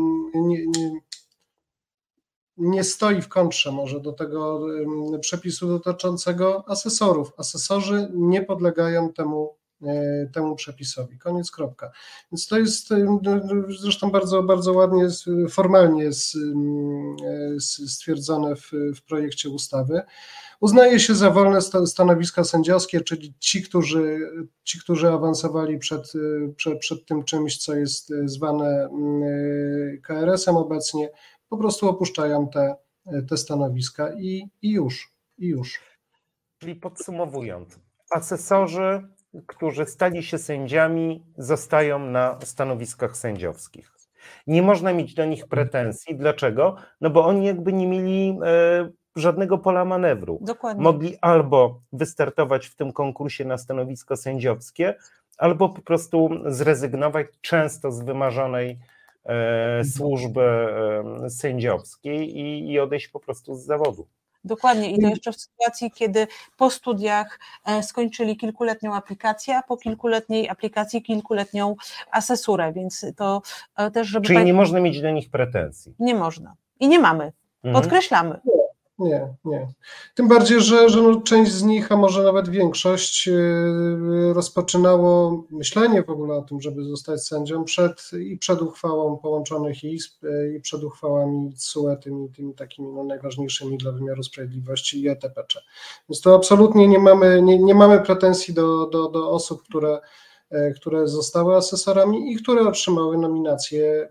nie stoi w kontrze może do tego przepisu dotyczącego asesorów. Asesorzy nie podlegają temu przepisowi. Koniec, kropka. Więc to jest zresztą bardzo, bardzo ładnie formalnie stwierdzone w projekcie ustawy. Uznaje się za wolne stanowiska sędziowskie, czyli ci, którzy awansowali przed tym czymś, co jest zwane KRS-em obecnie, po prostu opuszczają te stanowiska i już. Czyli podsumowując, asesorzy, którzy stali się sędziami, zostają na stanowiskach sędziowskich. Nie można mieć do nich pretensji. Dlaczego? No bo oni jakby nie mieli żadnego pola manewru. Dokładnie. Mogli albo wystartować w tym konkursie na stanowisko sędziowskie, albo po prostu zrezygnować często z wymarzonej służby sędziowskiej i odejść po prostu z zawodu. Dokładnie, i to jeszcze w sytuacji, kiedy po studiach skończyli kilkuletnią aplikację, a po kilkuletniej aplikacji kilkuletnią asesurę, więc to też, żeby... Czyli nie można mieć do nich pretensji. Nie można. I nie mamy. Podkreślamy. Nie. Tym bardziej, że część z nich, a może nawet większość, rozpoczynało myślenie w ogóle o tym, żeby zostać sędzią przed uchwałą połączonych izb i przed uchwałami TSUE, tymi takimi najważniejszymi dla wymiaru sprawiedliwości i ETPC. Więc to absolutnie nie mamy pretensji do osób, które zostały asesorami i które otrzymały nominację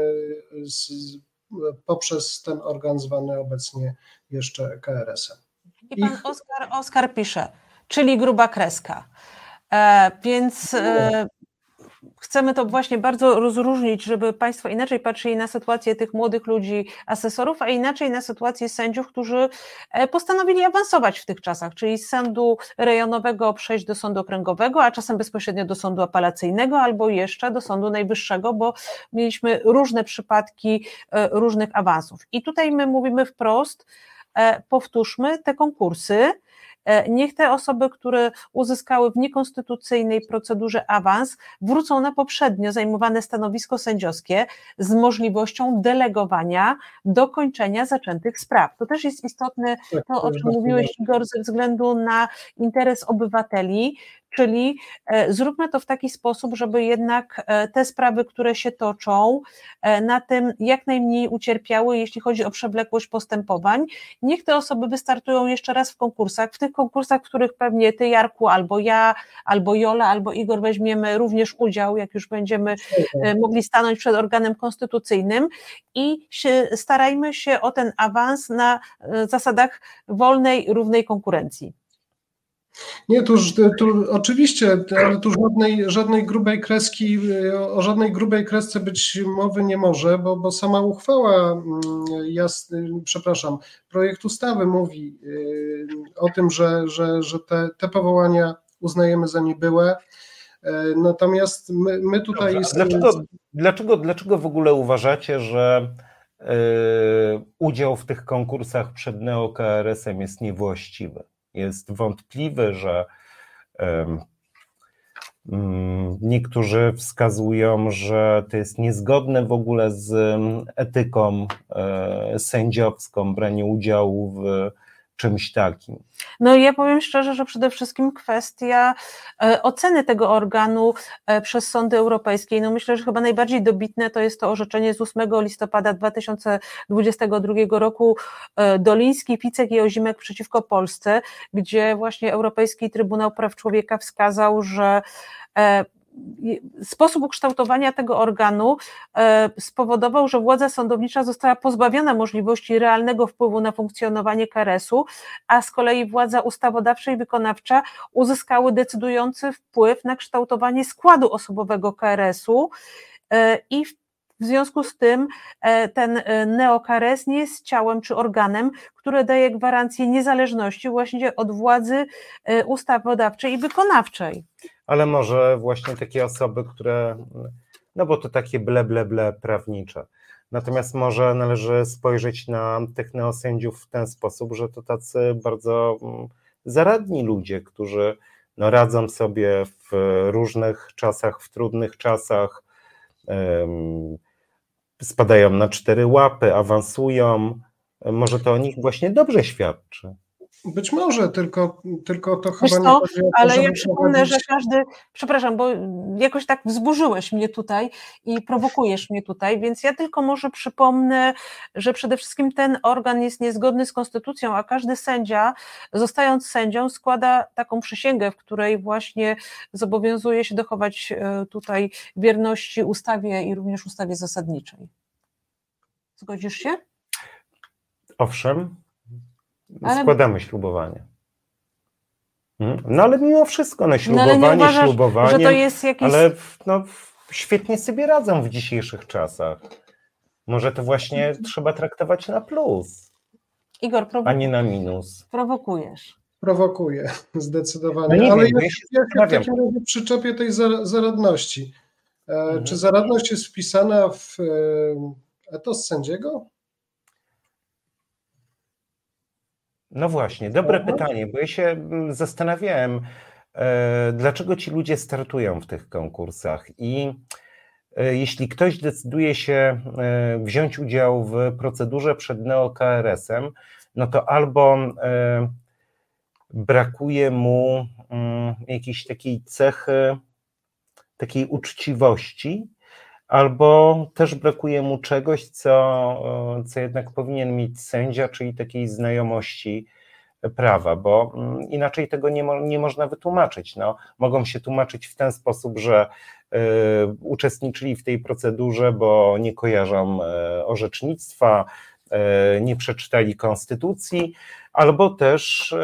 poprzez ten organ zwany obecnie jeszcze KRS-em. I pan Oskar pisze, czyli gruba kreska. Więc chcemy to właśnie bardzo rozróżnić, żeby Państwo inaczej patrzyli na sytuację tych młodych ludzi, asesorów, a inaczej na sytuację sędziów, którzy postanowili awansować w tych czasach, czyli z sądu rejonowego przejść do sądu okręgowego, a czasem bezpośrednio do sądu apelacyjnego albo jeszcze do sądu najwyższego, bo mieliśmy różne przypadki różnych awansów. I tutaj my mówimy wprost, powtórzmy te konkursy. Niech te osoby, które uzyskały w niekonstytucyjnej procedurze awans, wrócą na poprzednio zajmowane stanowisko sędziowskie z możliwością delegowania do kończenia zaczętych spraw. To też jest istotne, to o czym mówiłeś, Igor, ze względu na interes obywateli, czyli zróbmy to w taki sposób, żeby jednak te sprawy, które się toczą, na tym jak najmniej ucierpiały, jeśli chodzi o przewlekłość postępowań. Niech te osoby wystartują jeszcze raz w konkursach, w tych konkursach, w których pewnie ty, Jarku, albo ja, albo Jola, albo Igor weźmiemy również udział, jak już będziemy mogli stanąć przed organem konstytucyjnym i starajmy się o ten awans na zasadach wolnej, równej konkurencji. Nie, tu oczywiście, ale tu żadnej grubej kreski, o żadnej grubej kresce być mowy nie może, bo sama uchwała, projekt ustawy mówi o tym, że te powołania uznajemy za niebyłe, natomiast my tutaj... Dlaczego w ogóle uważacie, że udział w tych konkursach przed neo-KRS-em jest niewłaściwy? Jest wątpliwy, że niektórzy wskazują, że to jest niezgodne w ogóle z etyką sędziowską, branie udziału w czymś takim. No ja powiem szczerze, że przede wszystkim kwestia oceny tego organu przez sądy europejskie. No myślę, że chyba najbardziej dobitne to jest to orzeczenie z 8 listopada 2022 roku Doliński, Picek i Ozimek przeciwko Polsce, gdzie właśnie Europejski Trybunał Praw Człowieka wskazał, że sposób ukształtowania tego organu spowodował, że władza sądownicza została pozbawiona możliwości realnego wpływu na funkcjonowanie KRS-u, a z kolei władza ustawodawcza i wykonawcza uzyskały decydujący wpływ na kształtowanie składu osobowego KRS-u i w związku z tym ten neo-KRS nie jest ciałem czy organem, które daje gwarancję niezależności właśnie od władzy ustawodawczej i wykonawczej. Ale może właśnie takie osoby, które, no bo to takie ble prawnicze. Natomiast może należy spojrzeć na tych neosędziów w ten sposób, że to tacy bardzo zaradni ludzie, którzy radzą sobie w różnych czasach, w trudnych czasach, spadają na 4 łapy, awansują. Może to o nich właśnie dobrze świadczy. Być może, tylko to Wiesz chyba co, nie chodzi o to, ale żeby ja przypomnę, że przepraszam, bo jakoś tak wzburzyłeś mnie tutaj i prowokujesz mnie tutaj, więc ja tylko może przypomnę, że przede wszystkim ten organ jest niezgodny z konstytucją, a każdy sędzia, zostając sędzią, składa taką przysięgę, w której właśnie zobowiązuje się dochować tutaj wierności ustawie i również ustawie zasadniczej. Zgodzisz się? Owszem, składamy ślubowanie. No ale mimo wszystko, no ślubowanie ślubowaniem, że to jest jakieś... ale świetnie sobie radzą w dzisiejszych czasach. Może to właśnie trzeba traktować na plus, Igor, a nie na minus. Prowokujesz. Prowokuję, zdecydowanie. No nie ale wiem, ja w takim razie przyczepię tej zaradności. Czy zaradność jest wpisana w etos sędziego? No właśnie, dobre pytanie, bo ja się zastanawiałem, dlaczego ci ludzie startują w tych konkursach i jeśli ktoś decyduje się wziąć udział w procedurze przed neo-KRS-em, no to albo brakuje mu jakiejś takiej cechy, takiej uczciwości, albo też brakuje mu czegoś, co jednak powinien mieć sędzia, czyli takiej znajomości prawa, bo inaczej tego nie można wytłumaczyć. No, mogą się tłumaczyć w ten sposób, że uczestniczyli w tej procedurze, bo nie kojarzą orzecznictwa, nie przeczytali konstytucji, albo też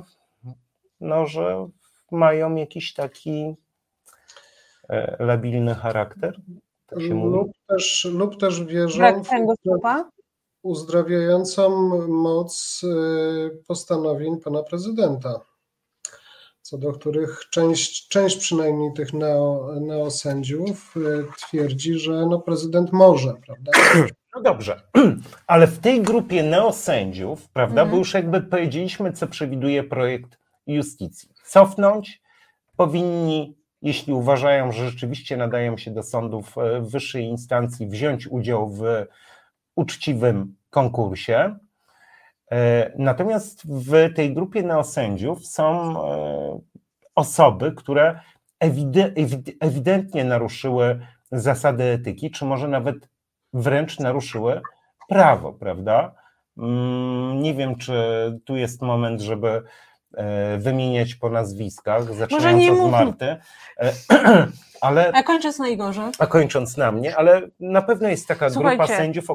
że mają jakiś taki labilny charakter. Tak się mówi. Lub też wierzą w uzdrawiającą moc postanowień pana prezydenta, co do których część przynajmniej tych neosędziów twierdzi, że prezydent może, prawda? No dobrze, ale w tej grupie neosędziów, prawda, bo już jakby powiedzieliśmy, co przewiduje projekt Iustitii. Cofnąć powinni, jeśli uważają, że rzeczywiście nadają się do sądów wyższej instancji, wziąć udział w uczciwym konkursie. Natomiast w tej grupie neosędziów są osoby, które ewidentnie naruszyły zasady etyki, czy może nawet wręcz naruszyły prawo, prawda? Nie wiem, czy tu jest moment, żeby wymieniać po nazwiskach, zaczynając od Marty, ale... A kończąc na Igorze. A kończąc na mnie, ale na pewno jest taka grupa sędziów,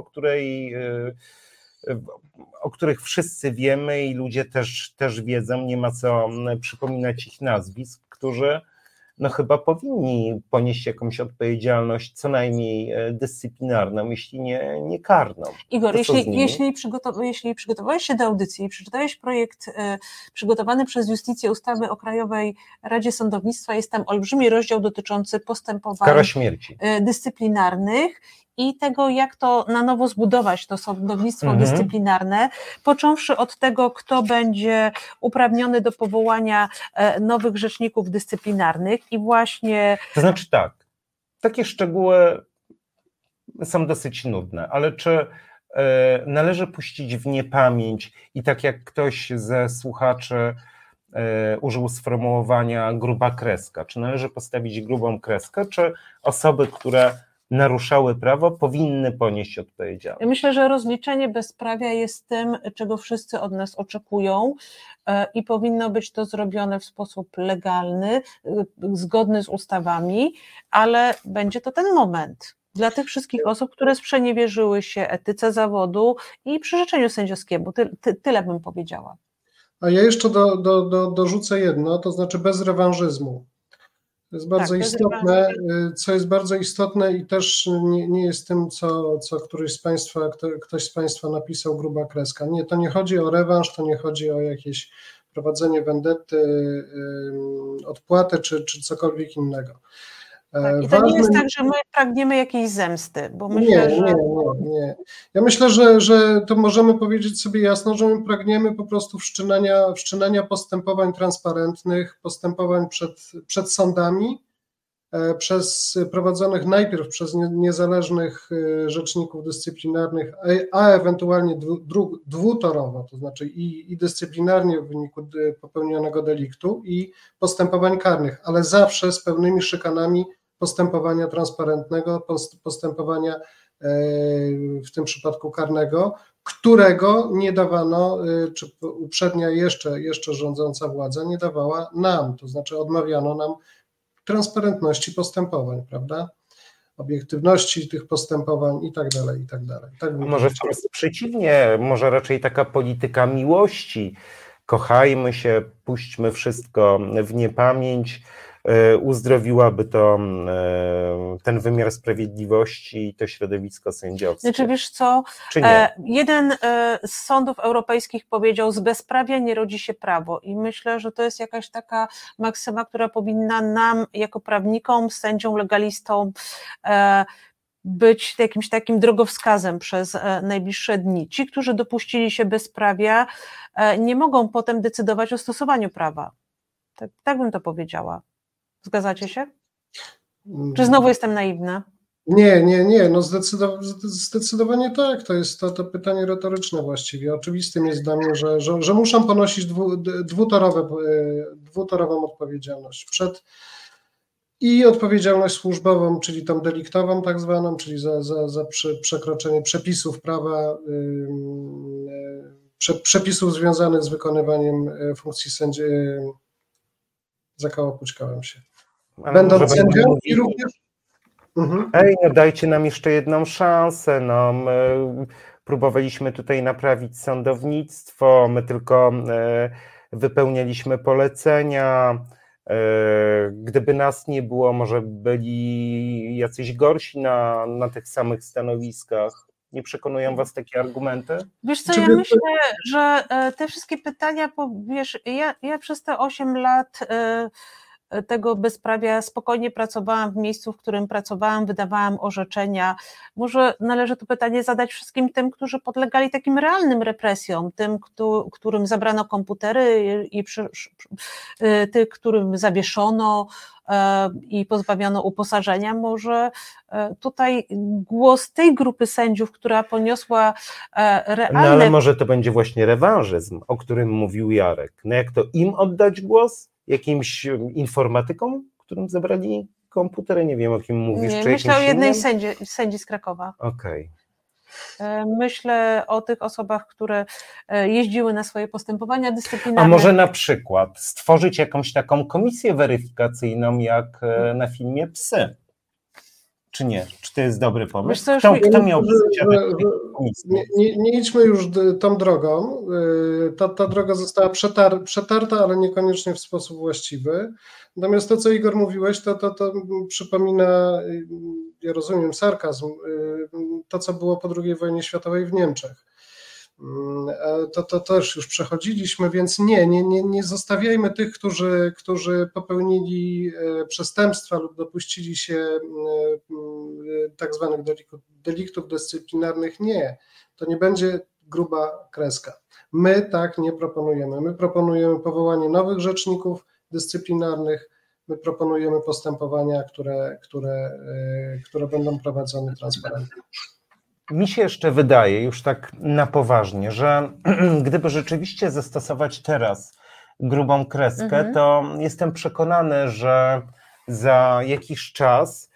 o których wszyscy wiemy i ludzie też wiedzą, nie ma co przypominać ich nazwisk, którzy chyba powinni ponieść jakąś odpowiedzialność, co najmniej dyscyplinarną, jeśli nie karną. Igor, jeśli przygotowałeś się do audycji i przeczytałeś projekt przygotowany przez Iusticję ustawy o Krajowej Radzie Sądownictwa, jest tam olbrzymi rozdział dotyczący postępowań kara śmierci dyscyplinarnych i tego, jak to na nowo zbudować, to sądownictwo dyscyplinarne, począwszy od tego, kto będzie uprawniony do powołania nowych rzeczników dyscyplinarnych i właśnie... To znaczy tak, takie szczegóły są dosyć nudne, ale czy należy puścić w niepamięć i tak jak ktoś ze słuchaczy użył sformułowania gruba kreska, czy należy postawić grubą kreskę, czy osoby, które naruszały prawo, powinny ponieść odpowiedzialność? Ja myślę, że rozliczenie bezprawia jest tym, czego wszyscy od nas oczekują i powinno być to zrobione w sposób legalny, zgodny z ustawami, ale będzie to ten moment dla tych wszystkich osób, które sprzeniewierzyły się etyce zawodu i przyrzeczeniu sędziowskiemu. Tyle bym powiedziała. A ja jeszcze dorzucę jedno, to znaczy bez rewanżyzmu. To jest bardzo istotne, co jest bardzo istotne i też nie jest tym, co ktoś z Państwa napisał, gruba kreska. Nie, to nie chodzi o rewanż, to nie chodzi o jakieś prowadzenie wendety, odpłatę czy cokolwiek innego. Tak, i to nie jest tak, że my pragniemy jakiejś zemsty, bo myślę, nie. Ja myślę, że to możemy powiedzieć sobie jasno, że my pragniemy po prostu wszczynania postępowań transparentnych, postępowań przed sądami, prowadzonych najpierw przez niezależnych rzeczników dyscyplinarnych, a ewentualnie dwutorowo, to znaczy i dyscyplinarnie w wyniku popełnionego deliktu i postępowań karnych, ale zawsze z pełnymi szykanami postępowania transparentnego, postępowania w tym przypadku karnego, którego nie dawano, czy uprzednia jeszcze rządząca władza nie dawała nam, to znaczy odmawiano nam transparentności postępowań, prawda? obiektywności tych postępowań i tak dalej, i tak dalej. Tak a może wprost przeciwnie, może raczej taka polityka miłości, kochajmy się, puśćmy wszystko w niepamięć, uzdrowiłaby to ten wymiar sprawiedliwości i to środowisko sędziowskie. Znaczy, wiesz co, jeden z sądów europejskich powiedział, z bezprawia nie rodzi się prawo i myślę, że to jest jakaś taka maksyma, która powinna nam jako prawnikom, sędziom, legalistom być jakimś takim drogowskazem przez najbliższe dni. Ci, którzy dopuścili się bezprawia, nie mogą potem decydować o stosowaniu prawa. Tak bym to powiedziała. Zgadzacie się? Czy znowu jestem naiwna? Nie, no zdecydowanie tak, to jest to pytanie retoryczne właściwie. Oczywistym jest dla mnie, że muszą ponosić dwutorową odpowiedzialność. I odpowiedzialność służbową, czyli tą deliktową tak zwaną, czyli za przekroczenie przepisów prawa, przepisów związanych z wykonywaniem funkcji sędzi. Zakałopućkałem się. Będąc sędzią i również... No dajcie nam jeszcze jedną szansę, no my próbowaliśmy tutaj naprawić sądownictwo, my tylko wypełnialiśmy polecenia, gdyby nas nie było, może byli jacyś gorsi na tych samych stanowiskach. Nie przekonują was takie argumenty? Wiesz co, ja myślę, że te wszystkie pytania, wiesz, ja przez te 8 lat tego bezprawia spokojnie pracowałam w miejscu, w którym pracowałam, wydawałam orzeczenia. Może należy to pytanie zadać wszystkim tym, którzy podlegali takim realnym represjom, tym, którym zabrano komputery i tych, którym zawieszono i pozbawiono uposażenia. Może tutaj głos tej grupy sędziów, która poniosła realne... No ale może to będzie właśnie rewanżyzm, o którym mówił Jarek. No jak to im oddać głos? Jakimś informatykom, którym zabrali komputery? Nie wiem, o kim mówisz. Nie, czy myślę o jednej innym? sędzi z Krakowa. Okej. Myślę o tych osobach, które jeździły na swoje postępowania dyscyplinarne. A może na przykład stworzyć jakąś taką komisję weryfikacyjną, jak na filmie Psy? Czy nie? Czy to jest dobry pomysł? Kto miałby nie idźmy już tą drogą. Ta droga została przetarta, ale niekoniecznie w sposób właściwy. Natomiast to, co Igor mówiłeś, to przypomina, ja rozumiem sarkazm, to, co było po II wojnie światowej w Niemczech. To też już przechodziliśmy, więc nie zostawiajmy tych, którzy popełnili przestępstwa lub dopuścili się tak zwanych deliktów dyscyplinarnych. Nie, to nie będzie gruba kreska. My tak nie proponujemy. My proponujemy powołanie nowych rzeczników dyscyplinarnych, my proponujemy postępowania, które będą prowadzone transparentnie. Mi się jeszcze wydaje, już tak na poważnie, że gdyby rzeczywiście zastosować teraz grubą kreskę, to jestem przekonany, że za jakiś czas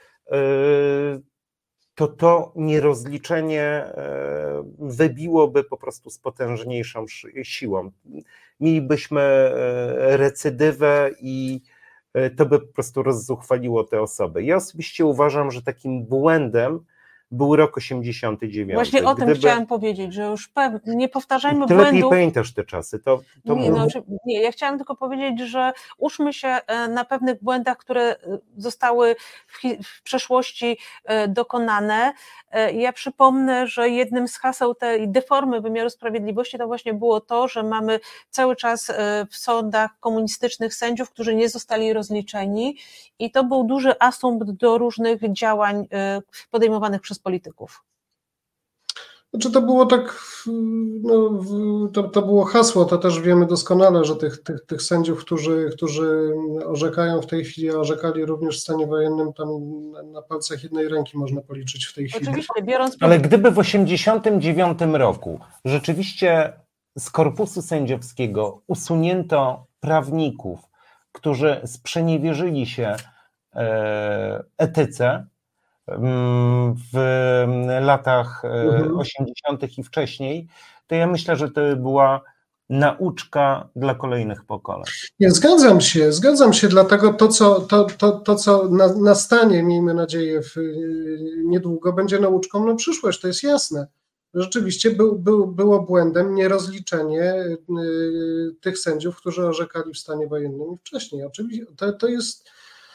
to nierozliczenie wybiłoby po prostu z potężniejszą siłą. Mielibyśmy recydywę i to by po prostu rozzuchwaliło te osoby. Ja osobiście uważam, że takim błędem był rok 89. Właśnie o tym chciałam powiedzieć, że już nie powtarzajmy ty błędów. Lepiej pamiętasz te czasy. Nie, ja chciałam tylko powiedzieć, że uczmy się na pewnych błędach, które zostały w przeszłości dokonane. Ja przypomnę, że jednym z haseł tej deformy wymiaru sprawiedliwości to właśnie było to, że mamy cały czas w sądach komunistycznych sędziów, którzy nie zostali rozliczeni i to był duży asumpt do różnych działań podejmowanych przez polityków. Znaczy to było tak, to było hasło, to też wiemy doskonale, że tych sędziów, którzy orzekają w tej chwili, orzekali również w stanie wojennym, tam na palcach jednej ręki można policzyć w tej chwili. Oczywiście, ale gdyby w 89 roku rzeczywiście z korpusu sędziowskiego usunięto prawników, którzy sprzeniewierzyli się etyce, w latach 80. i wcześniej, to ja myślę, że to była nauczka dla kolejnych pokoleń. Nie, zgadzam się, dlatego to, co nastanie, miejmy nadzieję, niedługo, będzie nauczką na przyszłość, to jest jasne. Rzeczywiście było błędem nierozliczenie tych sędziów, którzy orzekali w stanie wojennym wcześniej. Oczywiście, to jest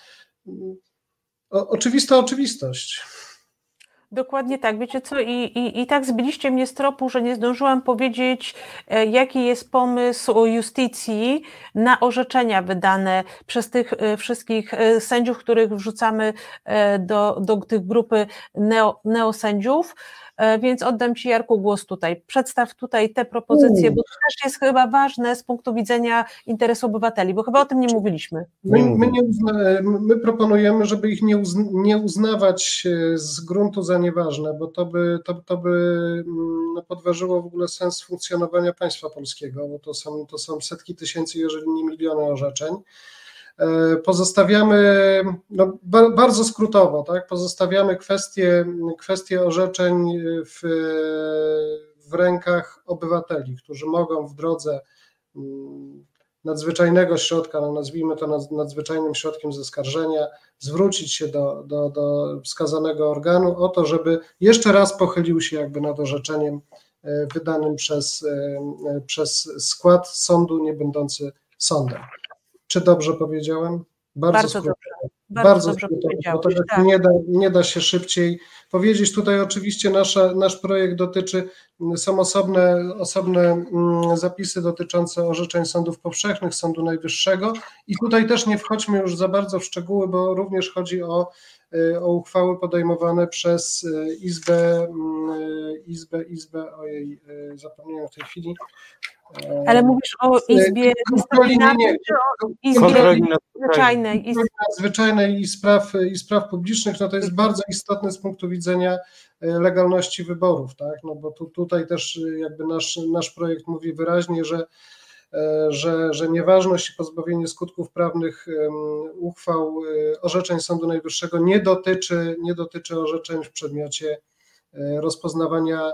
oczywista oczywistość. Dokładnie tak. Wiecie co, i tak zbiliście mnie z tropu, że nie zdążyłam powiedzieć, jaki jest pomysł justycji na orzeczenia wydane przez tych wszystkich sędziów, których wrzucamy do tych grupy neosędziów. Więc oddam Ci, Jarku, głos tutaj. Przedstaw tutaj te propozycje, bo to też jest chyba ważne z punktu widzenia interesu obywateli, bo chyba o tym nie mówiliśmy. My proponujemy, żeby ich nie uznawać z gruntu za nieważne, bo to by podważyło w ogóle sens funkcjonowania państwa polskiego, bo to są setki tysięcy, jeżeli nie miliony orzeczeń. Pozostawiamy, bardzo skrótowo, tak, pozostawiamy kwestie orzeczeń w rękach obywateli, którzy mogą w drodze nadzwyczajnego środka, nazwijmy to nadzwyczajnym środkiem zaskarżenia, zwrócić się do wskazanego organu o to, żeby jeszcze raz pochylił się jakby nad orzeczeniem wydanym przez skład sądu nie będący sądem. Czy dobrze powiedziałem? Bardzo dobrze. Bardzo dobrze powiedziałeś, bo tak. Nie da się szybciej powiedzieć. Tutaj oczywiście nasz projekt dotyczy, są osobne zapisy dotyczące orzeczeń sądów powszechnych, Sądu Najwyższego i tutaj też nie wchodźmy już za bardzo w szczegóły, bo również chodzi o uchwały podejmowane przez Izbę, ojej, zapomniałem w tej chwili. Ale mówisz o Izbie Nadzwyczajnej i spraw publicznych, to jest bardzo istotne z punktu widzenia legalności wyborów, tak? No bo tutaj też jakby nasz projekt mówi wyraźnie, że nieważność i pozbawienie skutków prawnych uchwał orzeczeń Sądu Najwyższego nie dotyczy orzeczeń w przedmiocie rozpoznawania,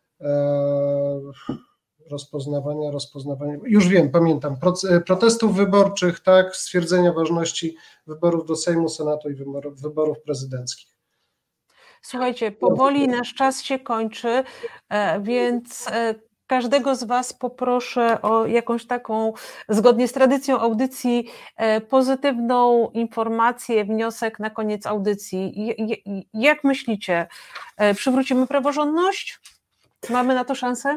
już wiem, pamiętam, protestów wyborczych, tak, stwierdzenia ważności wyborów do Sejmu, Senatu i wyborów prezydenckich. Słuchajcie, powoli nasz czas się kończy, więc każdego z Was poproszę o jakąś taką, zgodnie z tradycją audycji, pozytywną informację, wniosek na koniec audycji. Jak myślicie, przywrócimy praworządność? Mamy na to szansę?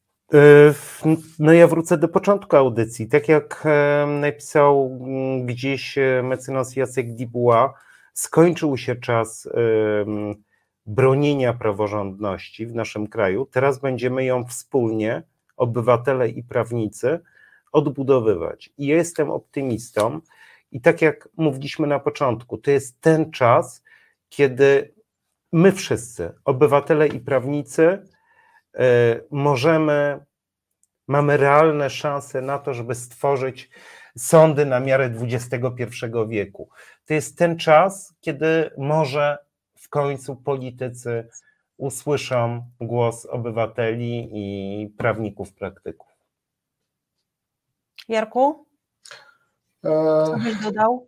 No ja wrócę do początku audycji. Tak jak napisał gdzieś mecenas Jacek Dubois, skończył się czas bronienia praworządności w naszym kraju. Teraz będziemy ją wspólnie, obywatele i prawnicy, odbudowywać. I ja jestem optymistą i tak jak mówiliśmy na początku, to jest ten czas, kiedy my wszyscy, obywatele i prawnicy, mamy realne szanse na to, żeby stworzyć sądy na miarę XXI wieku. To jest ten czas, kiedy może w końcu politycy usłyszą głos obywateli i prawników, praktyków. Jarku? Co byś dodał?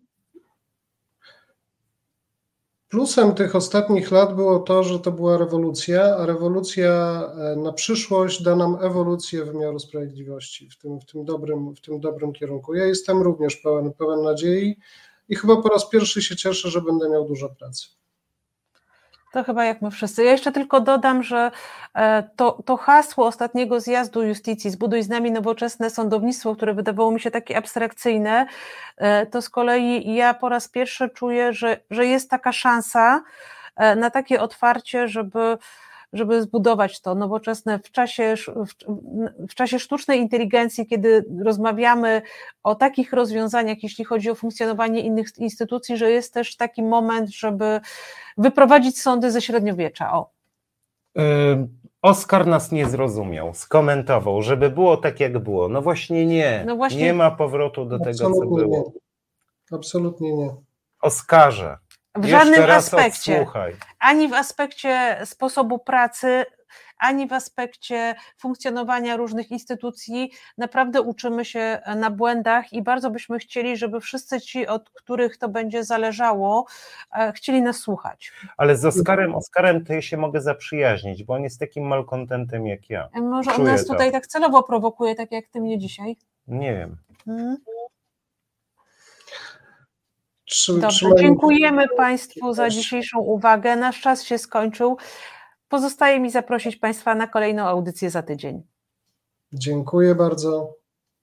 Plusem tych ostatnich lat było to, że to była rewolucja, a rewolucja na przyszłość da nam ewolucję wymiaru sprawiedliwości w tym dobrym kierunku. Ja jestem również pełen nadziei i chyba po raz pierwszy się cieszę, że będę miał dużo pracy. To chyba jak my wszyscy. Ja jeszcze tylko dodam, że to hasło ostatniego zjazdu Justicji, zbuduj z nami nowoczesne sądownictwo, które wydawało mi się takie abstrakcyjne, to z kolei ja po raz pierwszy czuję, że jest taka szansa na takie otwarcie, żeby zbudować to nowoczesne w czasie sztucznej inteligencji, kiedy rozmawiamy o takich rozwiązaniach, jeśli chodzi o funkcjonowanie innych instytucji, że jest też taki moment, żeby wyprowadzić sądy ze średniowiecza. Oskar nas nie zrozumiał, skomentował, żeby było tak, jak było. No właśnie nie. Nie ma powrotu do tego, co było. Absolutnie nie. Oskarze, w żadnym aspekcie, odsłuchaj. ani w aspekcie sposobu pracy, ani w aspekcie funkcjonowania różnych instytucji. Naprawdę uczymy się na błędach i bardzo byśmy chcieli, żeby wszyscy ci, od których to będzie zależało, chcieli nas słuchać. Ale z Oskarem to ja się mogę zaprzyjaźnić, bo on jest takim malkontentem jak ja. Może on nas tutaj tak celowo prowokuje, tak jak ty mnie dzisiaj? Nie wiem. Dobrze, dziękujemy Państwu za dzisiejszą uwagę. Nasz czas się skończył. Pozostaje mi zaprosić Państwa na kolejną audycję za tydzień. Dziękuję bardzo.